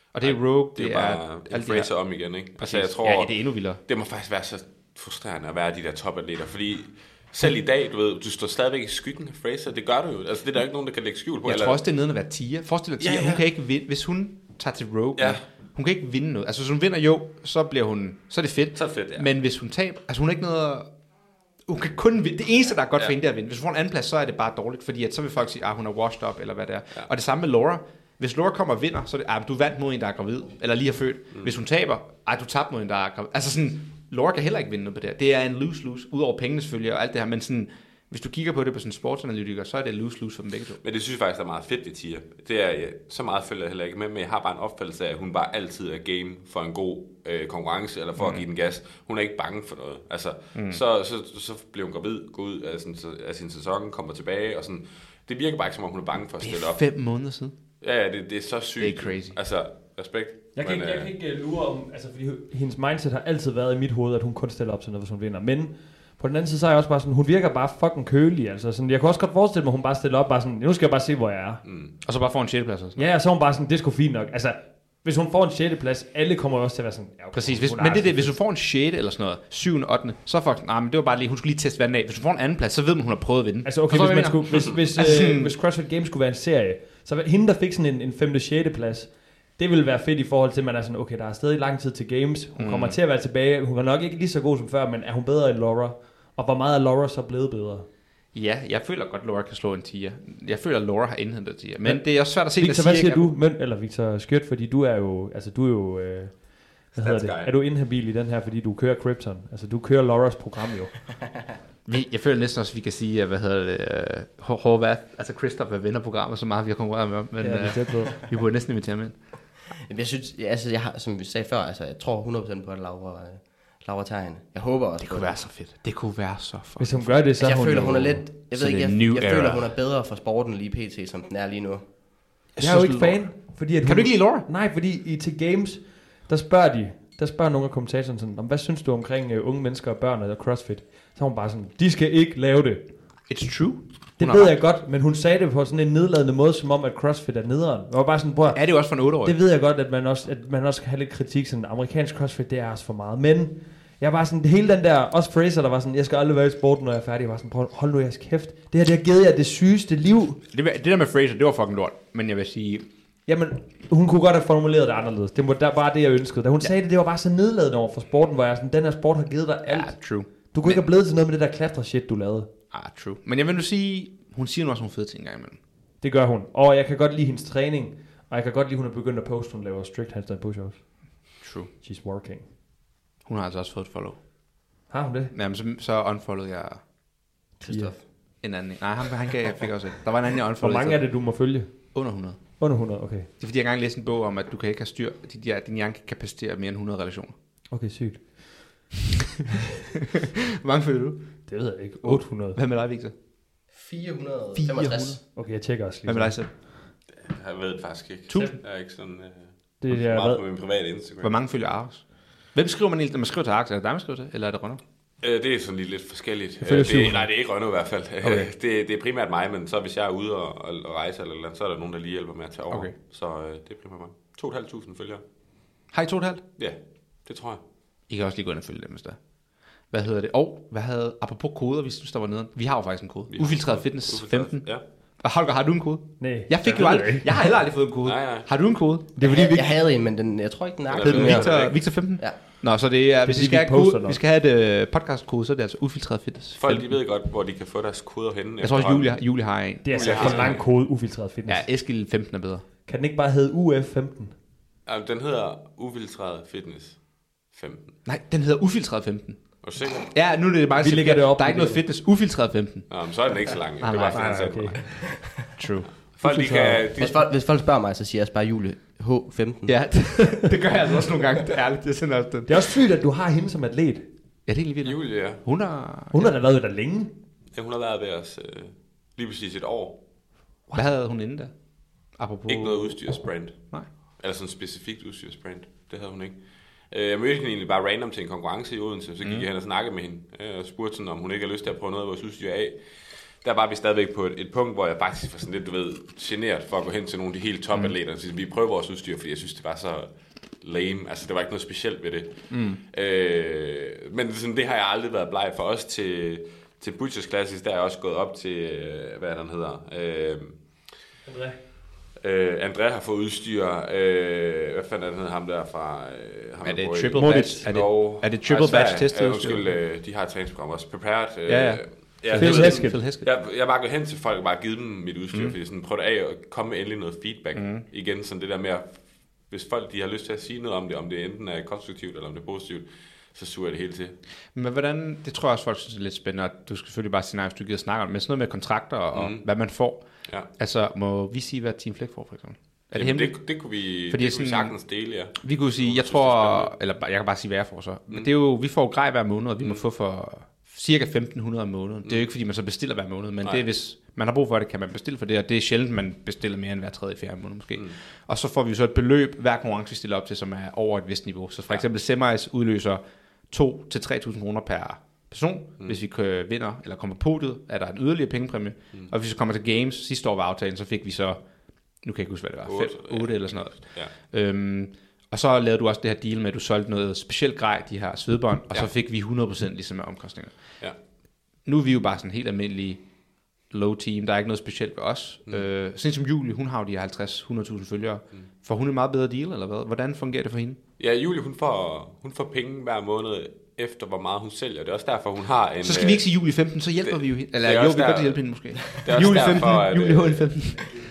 Og det er Rogue, det er bare en Fraser om igen, ikke? Præcis. Altså, jeg tror, ja, det er endnu vildere. Det må faktisk være så frustrerende at være de der topatleter, fordi selv i dag, du ved, du står stadigvæk i skyggen af Fraser, det gør du jo. Altså, det er der ikke nogen, der kan lægge skjul på. Jeg eller... tror også, det er nede at være tier. Forestil dig tier, ja, ja. Hun kan ikke vinde, hvis hun tager til Rogue, ja. Hun kan ikke vinde noget. Altså, hvis hun vinder, jo, så bliver hun, så er det fedt. Så er det fedt, ja. Men hvis hun taber, altså hun er ikke noget, hun kan kun vinde. Det eneste, der er godt ja. for hende, det er at vinde. Hvis hun får en anden plads, så er det bare dårligt, fordi at så vil folk sige, at ah, hun er washed up, eller hvad det er. Ja. Og det samme med Laura. Hvis Laura kommer og vinder, så er det, ah, du vandt mod en, der er gravid, eller lige har født. Mm. Hvis hun taber, ah, du tabte mod en, der er gravid. Altså sådan, Laura kan heller ikke vinde noget på det her. Det er en lose-lose, udover pengene selvfølgelig og alt det her, men sådan, hvis du kigger på det på sådan en sportsanalytiker, så er det lose-lose for dem begge to. Men det synes jeg faktisk, der er meget fedt, det tier. Det er, så meget følger jeg heller ikke med, men jeg har bare en opfattelse af, at hun bare altid er game for en god øh, konkurrence, eller for mm. at give den gas. Hun er ikke bange for noget. Altså, mm. så, så, så bliver hun gravid, går ud af sin, af sin sæson, kommer tilbage, og sådan. Det virker bare ikke, som om hun er bange for at stille op. Det er fem måneder siden. Ja, ja, det, det er så sygt. Det er crazy. Altså, respekt. Jeg kan, men, ikke, jeg kan ikke lure om, altså fordi hendes mindset har altid været i mit hoved, at hun kun stiller op til noget, hvis hun vinder. Men på den anden side, så er jeg også bare sådan, hun virker bare fucking kølig. Altså sådan, jeg kan også godt forestille mig, at hun bare stiller op, bare sådan, nu skal jeg bare se, hvor jeg er. Mm. Og så bare få en sjette plads. Ja, og så er hun bare sådan, det er sgu fint nok. Altså, hvis hun får en sjette plads, alle kommer også til at være sådan, ja, okay, præcis. Hvis, men det er det, hvis hun får en sjette eller sådan noget, syvende, ottende, så er folk, nej, men det var bare lige, hun skulle lige teste vandet af. Hvis hun får en anden plads, så ved man, hun har prøvet at vinde. Altså okay, hvis, man skulle, hvis, hvis, altså, øh, hvis CrossFit Games skulle være en serie, så hende, der fik sådan en, en femte, sjette plads, det ville være fedt i forhold til, at man er sådan, okay, der er stadig lang tid til Games, hun mm. kommer til at være tilbage, hun var nok ikke lige så god som før, men er hun bedre end Laura? Og hvor meget er Laura så blevet bedre? Ja, jeg føler godt, Laura kan slå en tier. Jeg føler, at Laura har indhentet tier. Men ja. det er også svært at se, Victor, hvad siger du? Men, eller Victor Skjørt, fordi du er jo, altså du er jo, øh, hvad hedder det? Er du inhabil i den her, fordi du kører Krypton? Altså du kører Lauras program jo. Jeg føler næsten også, at vi kan sige, at hvad hedder det, uh, Horvath, altså Christoph vinder programmet så meget, vi har konkurreret med, men ja, det uh, vi burde næsten invitere med. Jeg synes, altså jeg har, som vi sagde før, altså jeg tror hundrede procent på, at Laura... Øh, Laura Tegn. Jeg håber også. Det kunne være så fedt. Det kunne være så fedt. Hvis hun gør det, så altså, jeg hun føler jo, hun er lidt. Jeg ved ikke. Jeg, jeg føler hun er bedre for sporten lige pt, som den er lige nu. Jeg, jeg er jo ikke fan, fordi at kan hun, du ikke lide Laura? Nej, fordi i til Games, der spørger de, der spørger nogle af kommentatorerne sådan, hvad synes du omkring uh, unge mennesker og børn og CrossFit? Så hun bare sådan, de skal ikke lave det. It's true. Det ved jeg godt, men hun sagde det på sådan en nedladende måde, som om at CrossFit er nederen. Jeg var bare sådan, bror, er det jo også for en otte-årig? Det ved jeg godt, at man også, at man også kan have lidt kritik, sådan amerikansk CrossFit, det er også for meget, men jeg var sådan, hele den der, også Fraser, der var sådan, jeg skal aldrig være i sporten, når jeg er færdig. Jeg var sådan, prøv, hold nu jeres kæft. Det her, det har givet jer det sygeste liv. Det, det der med Fraser, det var fucking lort. Men jeg vil sige... Jamen, hun kunne godt have formuleret det anderledes. Det var der, bare det, jeg ønskede. Da hun ja. sagde det, det var bare så nedladende over for sporten, hvor jeg sådan, den her sport har givet dig alt. Ja, true. Du kunne men, ikke have blevet til noget med det der klatre shit, du lavede. Ah, true. Men jeg vil nu sige, hun siger nu også nogle fede ting engang imellem. Det gør hun. Og jeg kan godt lide hendes træning. Og jeg kan godt lide, hun er begyndt at poste, hun laver strict handstand push-ups. True. She's working. Hun har altså også fået et follow. Har hun det? Jamen, så, så unfollowede jeg... Christoph. En anden. Nej, han, han gav, jeg fik også et. Der var en anden, jeg unfollowede. Hvor mange er det, du må følge? Under hundrede. Under hundrede, okay. Det er fordi, jeg engang læste en bog om, at du kan ikke have styr... Din, din hjerne kan kapacere mere end hundrede relationer. Okay, sygt. Hvor mange følger du? Det ved jeg ikke. otte hundrede. Hvad med dig, Victor? fire hundrede og femogtres. Okay, jeg tjekker også lige. Hvad med dig selv? Jeg ved det faktisk ikke. tusind? Jeg er ikke sådan... Uh, det er meget på min private Instagram. Hvor mange følger Aros? Hvem skriver man egentlig, når man skriver til Aros? Er det dig, man skriver til, eller er det Rønner? Øh, det er sådan lige lidt forskelligt. Øh, det, nej, det er ikke Rønne i hvert fald. Okay. det, det er primært mig, men så hvis jeg er ude og, og rejse eller noget, så er der nogen, der lige hjælper med at tage over. Okay. Så øh, det er primært mig. to tusind fem hundrede følgere. Har I to tusind fem hundrede? Ja, det tror jeg. I kan også lige gå ind og følge dem, hvis der. Hvad hedder det? Og hvad havde, apropos koder, vi synes, der var nede. Vi har jo faktisk en kode. Ufiltreret Fitness femten. Ja. Og Holger, har du en kode? Nej. Jeg fik jo aldrig. Jeg har heller aldrig fået en kode. Nej, nej. Har du en kode? Det er fordi, jeg, vi... jeg havde en, men den, jeg tror ikke, den er aktiv. Victor, Victor femten? Ja. Nå, så det er, hvis vi skal, kode, vi skal have et uh, podcast-kode, så er det altså Ufiltreret Fitness. Folk, de ved godt, hvor de kan få deres koder henne. Jeg tror også, Julie, Julie har en. Det er altså en lang kode, Ufiltreret Fitness. Ja, Eskil femten er bedre. Kan den ikke bare hedde U F femten? Ja, den hedder Ufiltreret Fitness femten. Nej, den hedder Ufiltreret femten. Er du sikker? Ja, nu er det meget vi lægger det op. Der er ikke noget fitness. Ufiltreret femten. Nå, men så er den ikke så lang. Nej, det var nej, nej, okay. True. Folk, de kan, de... Hvis, folk, hvis folk spørger mig, så siger jeg også bare Julie H femten. Ja, det, det gør jeg altså også nogle gange. Det er ærligt. Det er, også det er også sygt, at du har hende som atlet. Ja, det er egentlig vildt. Julie, ja. Hun har... Hun har da været der længe. Ja, hun har været ved os øh, lige præcis et år. Hvad havde hun inde der? Apropos... Ikke noget udstyrsbrand. Nej. Eller sådan specifikt udstyrsbrand. Det havde hun ikke. Jeg mødte hende egentlig bare random til en konkurrence i Odense, så gik mm. jeg hen og snakkede med hende, og spurgte sådan, om hun ikke har lyst til at prøve noget af vores udstyr af. der var vi stadigvæk på et, et punkt, hvor jeg faktisk var sådan lidt, du ved, generet for at gå hen til nogle af de helt topatleter. Mm. Så vi prøvede vores udstyr, fordi jeg synes, det var så lame. Altså, det var ikke noget specielt ved det. Mm. Øh, men sådan, det har jeg aldrig været bleg for. Også til, til Butchers Classics, der er jeg også gået op til, hvad den hedder? Øh, André. Øh, André har fået udstyr. Øh, hvad fanden er det, ham der fra... Øh, ham er det der triple batch? Er det, er det triple batch testet øh, undskyld, øh, de har et træningsprogram også. Prepared. Øh, ja, ja. Ja, Phil Hesketh. Jeg, jeg bare gået hen til folk og bare givet dem mit udstyr, mm. fordi sådan, prøv det af og komme med endelig noget feedback. Mm. Igen, sådan det der med, at hvis folk de har lyst til at sige noget om det, om det enten er konstruktivt eller om det er positivt, så suger jeg det hele til. Men hvordan, det tror jeg også, folk synes er lidt spændende, og du skal selvfølgelig bare sige nej, hvis du gider snakke om det, men sådan noget med kontrakter og mm. hvad man får. Ja. Altså, må vi sige, hvad Team Flæk får, for eksempel? Er det hemmeligt? Det, det kunne vi, fordi det sådan, kunne vi sagtens dele, ja. Vi kunne sige, jeg tror, eller jeg kan bare sige, hvad jeg får så. Mm. Men det er jo, vi får grej hver måned, og vi mm. må få for cirka femten hundrede om måneden. Mm. Det er jo ikke, fordi man så bestiller hver måned, men nej. Det er, hvis man har brug for det, kan man bestille for det, og det er sjældent, man bestiller mere end hver tredje, fjerde måned måske. Mm. Og så får vi jo så et beløb, hver konkurrence vi stiller op til, som er over et vist niveau. Så for eksempel semis udløser to til tre tusind kroner per person. Mm. Hvis vi vinder eller kommer på podiet, er der en yderligere pengepræmie. Mm. Og hvis vi kommer til games, sidste år var aftalen, så fik vi så, nu kan jeg ikke huske, hvad det var, fem, otte eller sådan noget. Ja. Øhm, og så lavede du også det her deal med, at du solgte noget specielt grej, de her svedbånd, og ja. Så fik vi hundrede procent ligesom af omkostninger. Ja. Nu er vi jo bare sådan helt almindelige low team, der er ikke noget specielt ved os. Mm. Øh, sådan som Julie, hun har jo de halvtreds til hundrede tusind følgere. Mm. Får hun en meget bedre deal, eller hvad? Hvordan fungerer det for hende? Ja, Julie, hun får, hun får penge hver måned, efter hvor meget hun sælger. Det er også derfor, hun har en... Så skal vi ikke sige Julie femten, så hjælper det, vi jo hende. Eller jo, vi kan godt hjælpe hende måske. Det er Julie femten, at, Julie H L femten.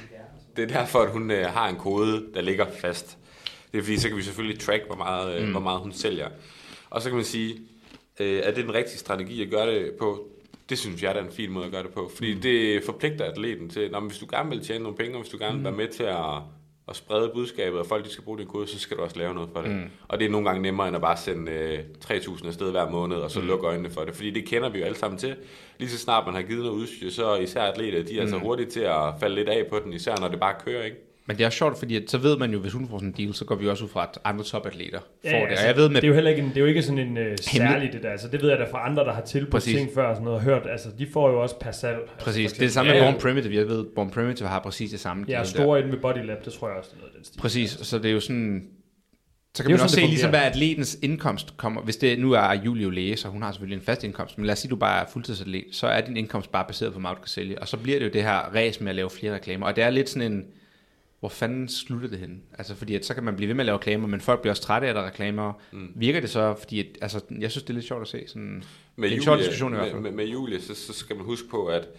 Det er derfor, at hun uh, har en kode, der ligger fast. Det er fordi, så kan vi selvfølgelig track, hvor meget, mm. hvor meget hun sælger. Og så kan man sige, øh, er det den rigtige strategi at gøre det på? Det synes jeg, det er en fin måde at gøre det på. Fordi mm. det forpligter atleten til, når hvis du gerne vil tjene nogle penge, og hvis du gerne vil mm. være med til at, at sprede budskabet, og folk de skal bruge din kode, så skal du også lave noget for det. Mm. Og det er nogle gange nemmere, end at bare sende øh, tre tusind afsted hver måned, og så mm. lukke øjnene for det. Fordi det kender vi jo alle sammen til. Lige så snart man har givet noget udstyr, så især atleter, de er mm. altså hurtige til at falde lidt af på den, især når det bare kører, ikke? Men det er også sjovt, fordi at, så ved man jo, hvis hun får sådan en deal, så går vi også ud fra, at andre topatleter ja, får ja, det. altså, og jeg ved med, det er jo heller ikke en, det er jo ikke sådan en uh, særlig det der. Altså, det ved jeg da fra andre, der har tilbudt ting før og sådan noget, og hørt. Altså, de får jo også per salg. Præcis. Altså, det er det samme ja, med Born Primitive. Jeg ved, Born Primitive har præcis det samme. Ja, store inde ved Body Lab, det tror jeg også, det er noget den stil. Præcis. Så det er jo sådan... Så kan man også se, ligesom hvad atletens indkomst kommer. Hvis det nu er Julie jo læge, så hun har selvfølgelig en fast indkomst. Men lad os sige, at du bare er fuldtidsatlet, så er din indkomst bare baseret på, hvor meget du kan sælge. Og så bliver det jo det her ræs med at lave flere reklamer. Og det er lidt sådan en... Hvor fanden slutter det hen? Altså fordi at så kan man blive ved med at lave reklamer, men folk bliver også trætte af der reklamer. Mm. Virker det så, fordi at, altså, jeg synes det er lidt sjovt at se sådan. Med det er en Julie, sjov diskussion i hvert fald. Med, med, med Julie, så, så skal man huske på at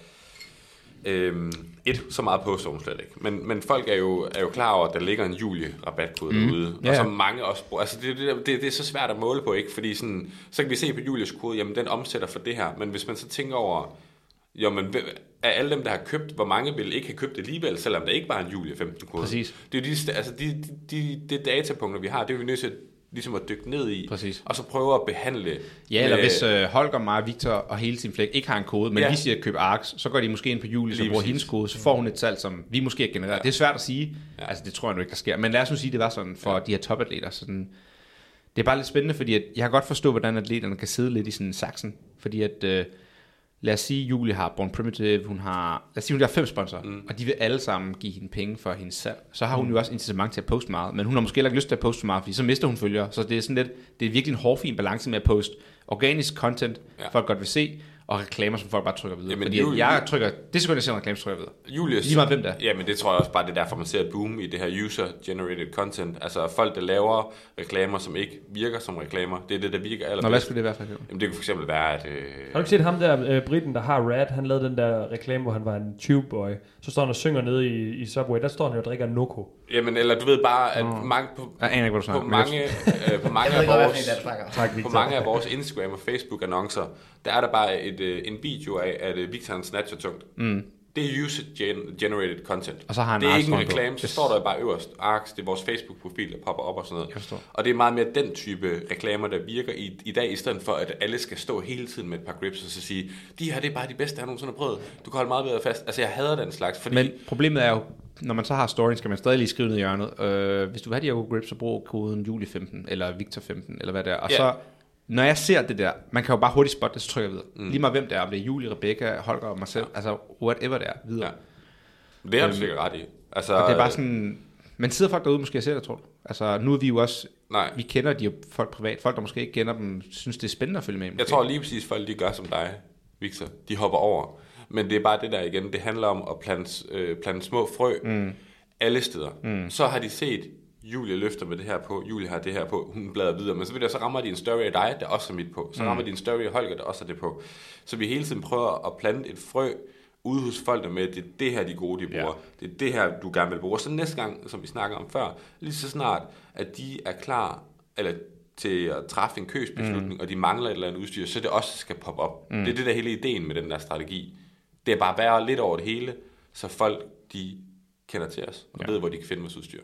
øhm, et så meget på så slet ikke. Men, men folk er jo er jo klar over at der ligger en Julie rabatkode mm. derude, ja, og så mange også bruger. Altså det, det, det, det er så svært at måle på, ikke? Fordi sådan så kan vi se på Julies kode, jamen den omsætter for det her. Men hvis man så tænker over jo, men af alle dem, der har købt, hvor mange vil ikke have købt det alligevel, selvom der ikke var en Julie femten-kode? Præcis. Det er jo de, altså de, de, de, de datapunkter, vi har, det er vi nødt til ligesom at dykke ned i. Præcis. Og så prøve at behandle... Ja, eller med, hvis uh, Holger, mig, Victor og hele sin flæk ikke har en kode, men ja. Vi siger at købe Arx, så går de måske ind på Julie, så bruger hendes kode, så får hun et salg, som vi måske har genereret. Ja. Det er svært at sige. Ja. Altså, det tror jeg nu ikke, der sker. Men lad os nu sige, det var sådan for ja. De her topatleter. Sådan, det er bare lidt spændende, fordi at jeg har godt forstå, hvordan atleterne kan sidde lidt i sådan en saksen. Fordi at... Uh, lad os sige, Julie har Born Primitive, hun har, lad os sige, hun har fem sponsorer, mm. og de vil alle sammen give hende penge for hendes salg. Så har hun mm. jo også incitament til at poste meget, men hun har måske heller ikke lyst til at poste meget, fordi så mister hun følgere. Så det er sådan lidt, det er virkelig en hårfin balance med at poste organisk content, ja. Folk godt vil se, og reklamer, som folk bare trykker videre. Jamen, fordi Julie, jeg trykker, det skal jeg se en reklame, så trykker jeg videre. Julius, lige meget hvem der. Ja, men det tror jeg også bare, det er derfor, man ser et boom i det her user-generated content. Altså folk, der laver reklamer, som ikke virker som reklamer. Det er det, der virker allerbedst. Nå, hvad skulle det være for eksempel? Jamen, det kunne for eksempel være, at... Øh... Har du ikke set ham der, øh, Britten, der har Rad? Han lavede den der reklame, hvor han var en tubeboy. Så står han og synger nede i, i Subway. Der står han jo og drikker Noco. Jamen, eller du ved bare, at oh. mange, på, jeg aner ikke, hvad du snakker. på mange, øh, på mange af vores, tak, på mange af vores Instagram og Facebook annoncer, der er der bare et, øh, en video af, at øh, Victor han snatcher tungt. Mm. Det er user-generated content. Og så har han det er ikke en reklame, så står der bare øverst, Arx, det er vores Facebook-profil, der popper op og sådan noget. Og det er meget mere den type reklamer, der virker i, i dag, i stedet for, at alle skal stå hele tiden med et par grips og så sige, de her, det er bare de bedste, jeg nogensinde har prøvet. Du kan holde meget bedre fast. Altså, jeg hader den slags, fordi... Men problemet er jo, når man så har storyen, skal man stadig lige skrive ned i hjørnet. Øh, hvis du vil have de her grips, så brug koden Julie femten, eller Victor femten, eller hvad det er. Og ja. Så... når jeg ser det der, man kan jo bare hurtigt spotte det, så trykker jeg videre. Mm. Lige meget hvem det er, om det er Julie, Rebecca, Holger og mig selv, ja. altså whatever det er, videre. Ja. Det er du sikkert ret i. Altså, og det er bare sådan, man sidder folk derude måske og ser det, tror du? Altså nu er vi jo også, nej. vi kender de jo folk privat, folk der måske ikke kender dem, synes det er spændende at følge med. Måske. Jeg tror lige præcis folk, de gør som dig, Victor, de hopper over. Men det er bare det der igen, det handler om at plante, øh, plante små frø mm. alle steder. Mm. Så har de set, Julie løfter med det her på, Julie har det her på, hun bladrer videre, men så vil der så rammer de en story af dig, der også er mit på, så rammer mm. de en story af Holger, der også er det på. Så vi hele tiden prøver at plante et frø ude hos folk der med, det er det her, de gode, de bruger. Ja. Det er det her, du gerne vil bruge. Så næste gang, som vi snakker om før, lige så snart, at de er klar, eller til at træffe en købsbeslutning, mm. og de mangler et eller andet udstyr, så det også skal poppe op. Mm. Det er det der hele ideen med den der strategi. Det er bare at være lidt over det hele, så folk, de kender til os, og ja. ved, hvor de kan finde vores udstyr.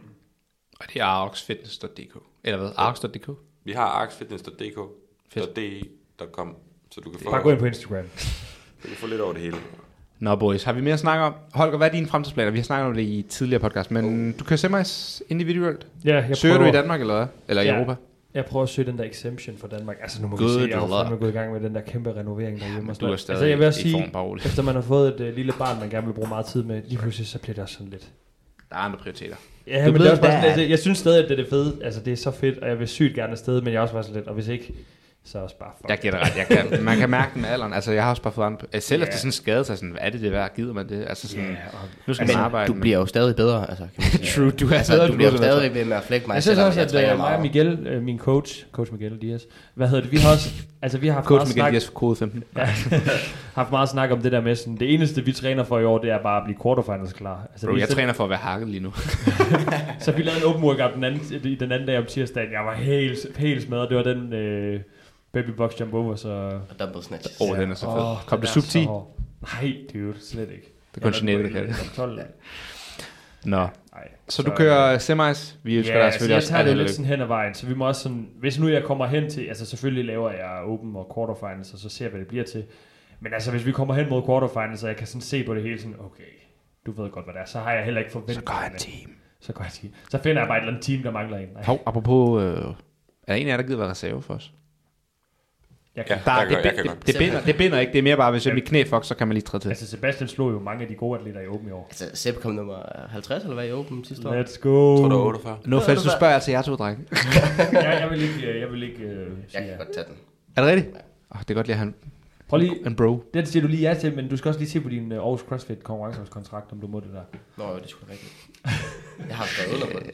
Og det er arxfitness punktum d k. Eller hvad? Arx punktum d k? Vi har arxfitness punktum d k, .de punktum com, så du kan få... Bare gå ind på Instagram. Du kan få lidt over det hele. Nå boys, har vi mere at snakke om? Holger, hvad er dine fremtidsplaner? Vi har snakket om det i tidligere podcast, men oh. du kører semis individuelt. Ja, jeg Søger prøver... du i Danmark eller hvad? Eller ja. i Europa? Jeg prøver at søge den der exemption for Danmark. Altså nu må Good vi se, jeg har luck. fandme gået i gang med den der kæmpe renovering derhjemme. Ja, du er stadig altså, jeg vil i sige, form, Paul. Efter man har fået et uh, lille barn, man gerne vil bruge meget tid med, lige pludselig så bliver det også sådan lidt... Der er andre prioriteter. Ja, men det er også bare sådan, altså, jeg synes stadig, at det er det fede. Altså det er så fedt, og jeg vil sygt gerne afsted, men jeg er også bare sådan lidt, og hvis ikke... så også bare fuck. Jeg giver det ret. Jeg kan, man kan mærke den med alderen. Altså, jeg har også bare fået andre... Selv yeah. efter sådan en skade, så sådan, er det det værd? Gider man det? Altså sådan, yeah. nu skal altså, man arbejde. Du bliver jo stadig bedre, altså. Kan man True, du er altså, bedre. Du bliver jo stadig ved med at flække mig. Jeg synes også, at jeg mig og Miguel, min coach, coach Miguel Diaz, hvad hedder det, vi har også... Altså, vi har haft coach meget Miguel snak... Diaz, kode femten. Ja, haft meget snak om det der med sådan, det eneste, vi træner for i år, det er bare at blive quarterfinals klar. Altså, Bro, jeg selv... træner for at være hakket lige nu. Så vi lavede en open workout den anden, den anden dag om tirsdagen. Jeg var helt, helt smadret. Det var den... Øh, Baby box jump over, så... Og double snatches. Åh, oh, den er så fed. Oh, kom det sub ti? Nej, dude, slet ikke. Det kun genere, det kan det. tolv. Nå, Ej, så, så du kører semis? Vi ønsker ja, dig selvfølgelig altså, jeg også. tager det lidt sådan hen ad vejen, så vi må også sådan... Hvis nu jeg kommer hen til... Altså selvfølgelig laver jeg open og quarterfinals, og så ser jeg, hvad det bliver til. Men altså, hvis vi kommer hen mod quarterfinals, så jeg kan sådan se på det hele sådan, okay, du ved godt, hvad det er. Så har jeg heller ikke forventet... Så går jeg en team. Så går jeg team. Så finder jeg bare et eller andet team, der mangler en. Hov, apropos... Øh, er der en af jer, der gider være reserve for os? Jeg kan, ja, der, jeg, det, jeg, jeg kan det, godt. det, binder, det binder ikke, det er mere bare, hvis jeg bliver knæfuck, så kan man lige træde til. Altså Sebastian slog jo mange af de gode atleter i Open i år. Altså Sepp kom nummer halvtreds eller hvad i Open sidste år? Let's go! Jeg tror, det var otteogfyrre. Nu fælles, du spørger altså jer to, drenge. ja, jeg vil ikke, jeg vil ikke uh, sige jeg kan godt tage den. Er det rigtigt? Ja. Oh, det er godt lige at han... Prøv lige, en bro. Den siger du lige ja til, men du skal også lige se på din uh, Aarhus CrossFit konkurrencekontrakt, om du må det der. Nå, det er sgu rigtigt. Jeg har skrevet under på det.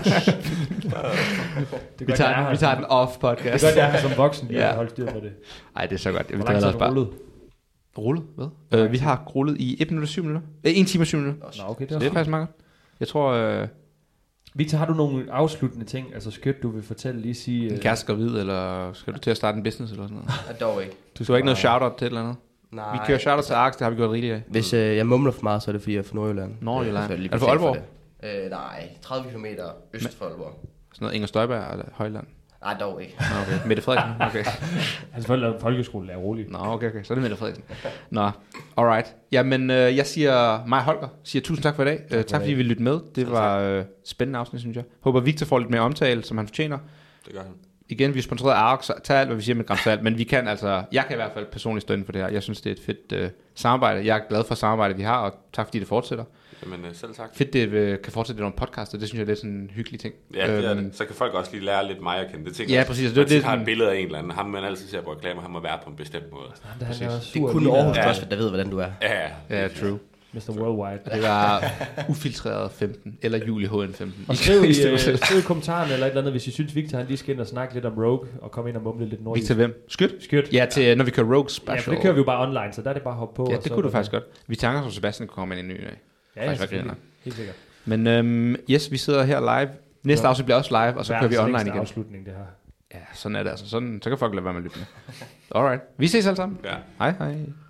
det vi tager, den, vi tager den off podcast. Det er godt, jeg er som voksen, jeg ja. har holdt styr på det. Ej, det er så godt. Hvor langt har du rullet? Rullet? Hvad? Øh, vi har rullet i et minut og syv minutter. Øh, en time og syv minutter. Nå, okay, det er, det er faktisk meget godt. Jeg tror... Øh, Victor, har du nogle afsluttende ting, altså skødt, du vil fortælle, lige sige... En kæreste gravid, eller skal du til at starte en business, eller sådan noget? Ja, dog ikke. Du skal ikke noget shout-out til et eller andet? Nej. Vi kører shout-out til Arx, det har vi gjort rigeligt af. Hvis øh, jeg mumler for meget, så er det fordi, jeg er fra Nordjylland. Nordjylland? Øh, er det for Aalborg? For øh, nej, tredive kilometer øst for Aalborg. Sådan noget Inger Støjberg eller Højland? Nej, dog ikke. Nå, okay. Mette Frederiksen? Okay. Hans forældre er folkeskole, er rolig. Nå, okay, okay. Så er det Mette Frederiksen. Nå, alright. Jamen, øh, jeg siger, mig Holger, siger tusind tak for i dag. Tak, uh, tak fordi vi lyttede med. Det var øh, spændende afsnit, synes jeg. Håber Victor får lidt mere omtale, som han fortjener. Det gør han. Igen, vi er sponsoreret af Arx, så tag alt, hvad vi siger med gram salt, men vi kan altså, jeg kan i hvert fald personligt stå inden for det her. Jeg synes, det er et fedt øh, samarbejde. Jeg er glad for samarbejdet, vi har, og tak fordi det fortsætter. Jamen øh, selv tak. Fedt, det øh, kan fortsætte nogle podcast, og det synes jeg, det er sådan en hyggelig ting. Ja, det er det. Så kan folk også lige lære lidt mig at kende. Det tænker ja, jeg, præcis. Det, det har et billede af en eller anden. Ham man altid ser på reklamer, han må være på en bestemt måde. Det, det er kun Aarhus CrossFit, der ved, hvordan du er. Ja, ja, ja true. mister Worldwide. Det var ufiltreret femten, eller Julie H N femten. Og skriv i, uh, skriv i kommentaren eller et eller andet, hvis I synes, Victor han lige skal ind og snakke lidt om Rogue, og komme ind og mumle lidt nordjysk. Victor hvem? Skyt? Skyt. Ja, til, når vi kører Rogue Special. Ja, for det kører vi jo bare online, så der er det bare at hoppe på. Ja, det kunne du faktisk godt. Vi tænker, at Sebastian kunne komme ind i en ny dag. Ja, ja, helt sikkert. Men øhm, yes, vi sidder her live. Næste ja. afsnit bliver også live, og så kører vi online igen. Afslutning, det her. Ja, sådan er det altså. Sådan, så kan folk lade være med at lytte med. Alright. Vi ses alle sammen. Ja. Hej, hej.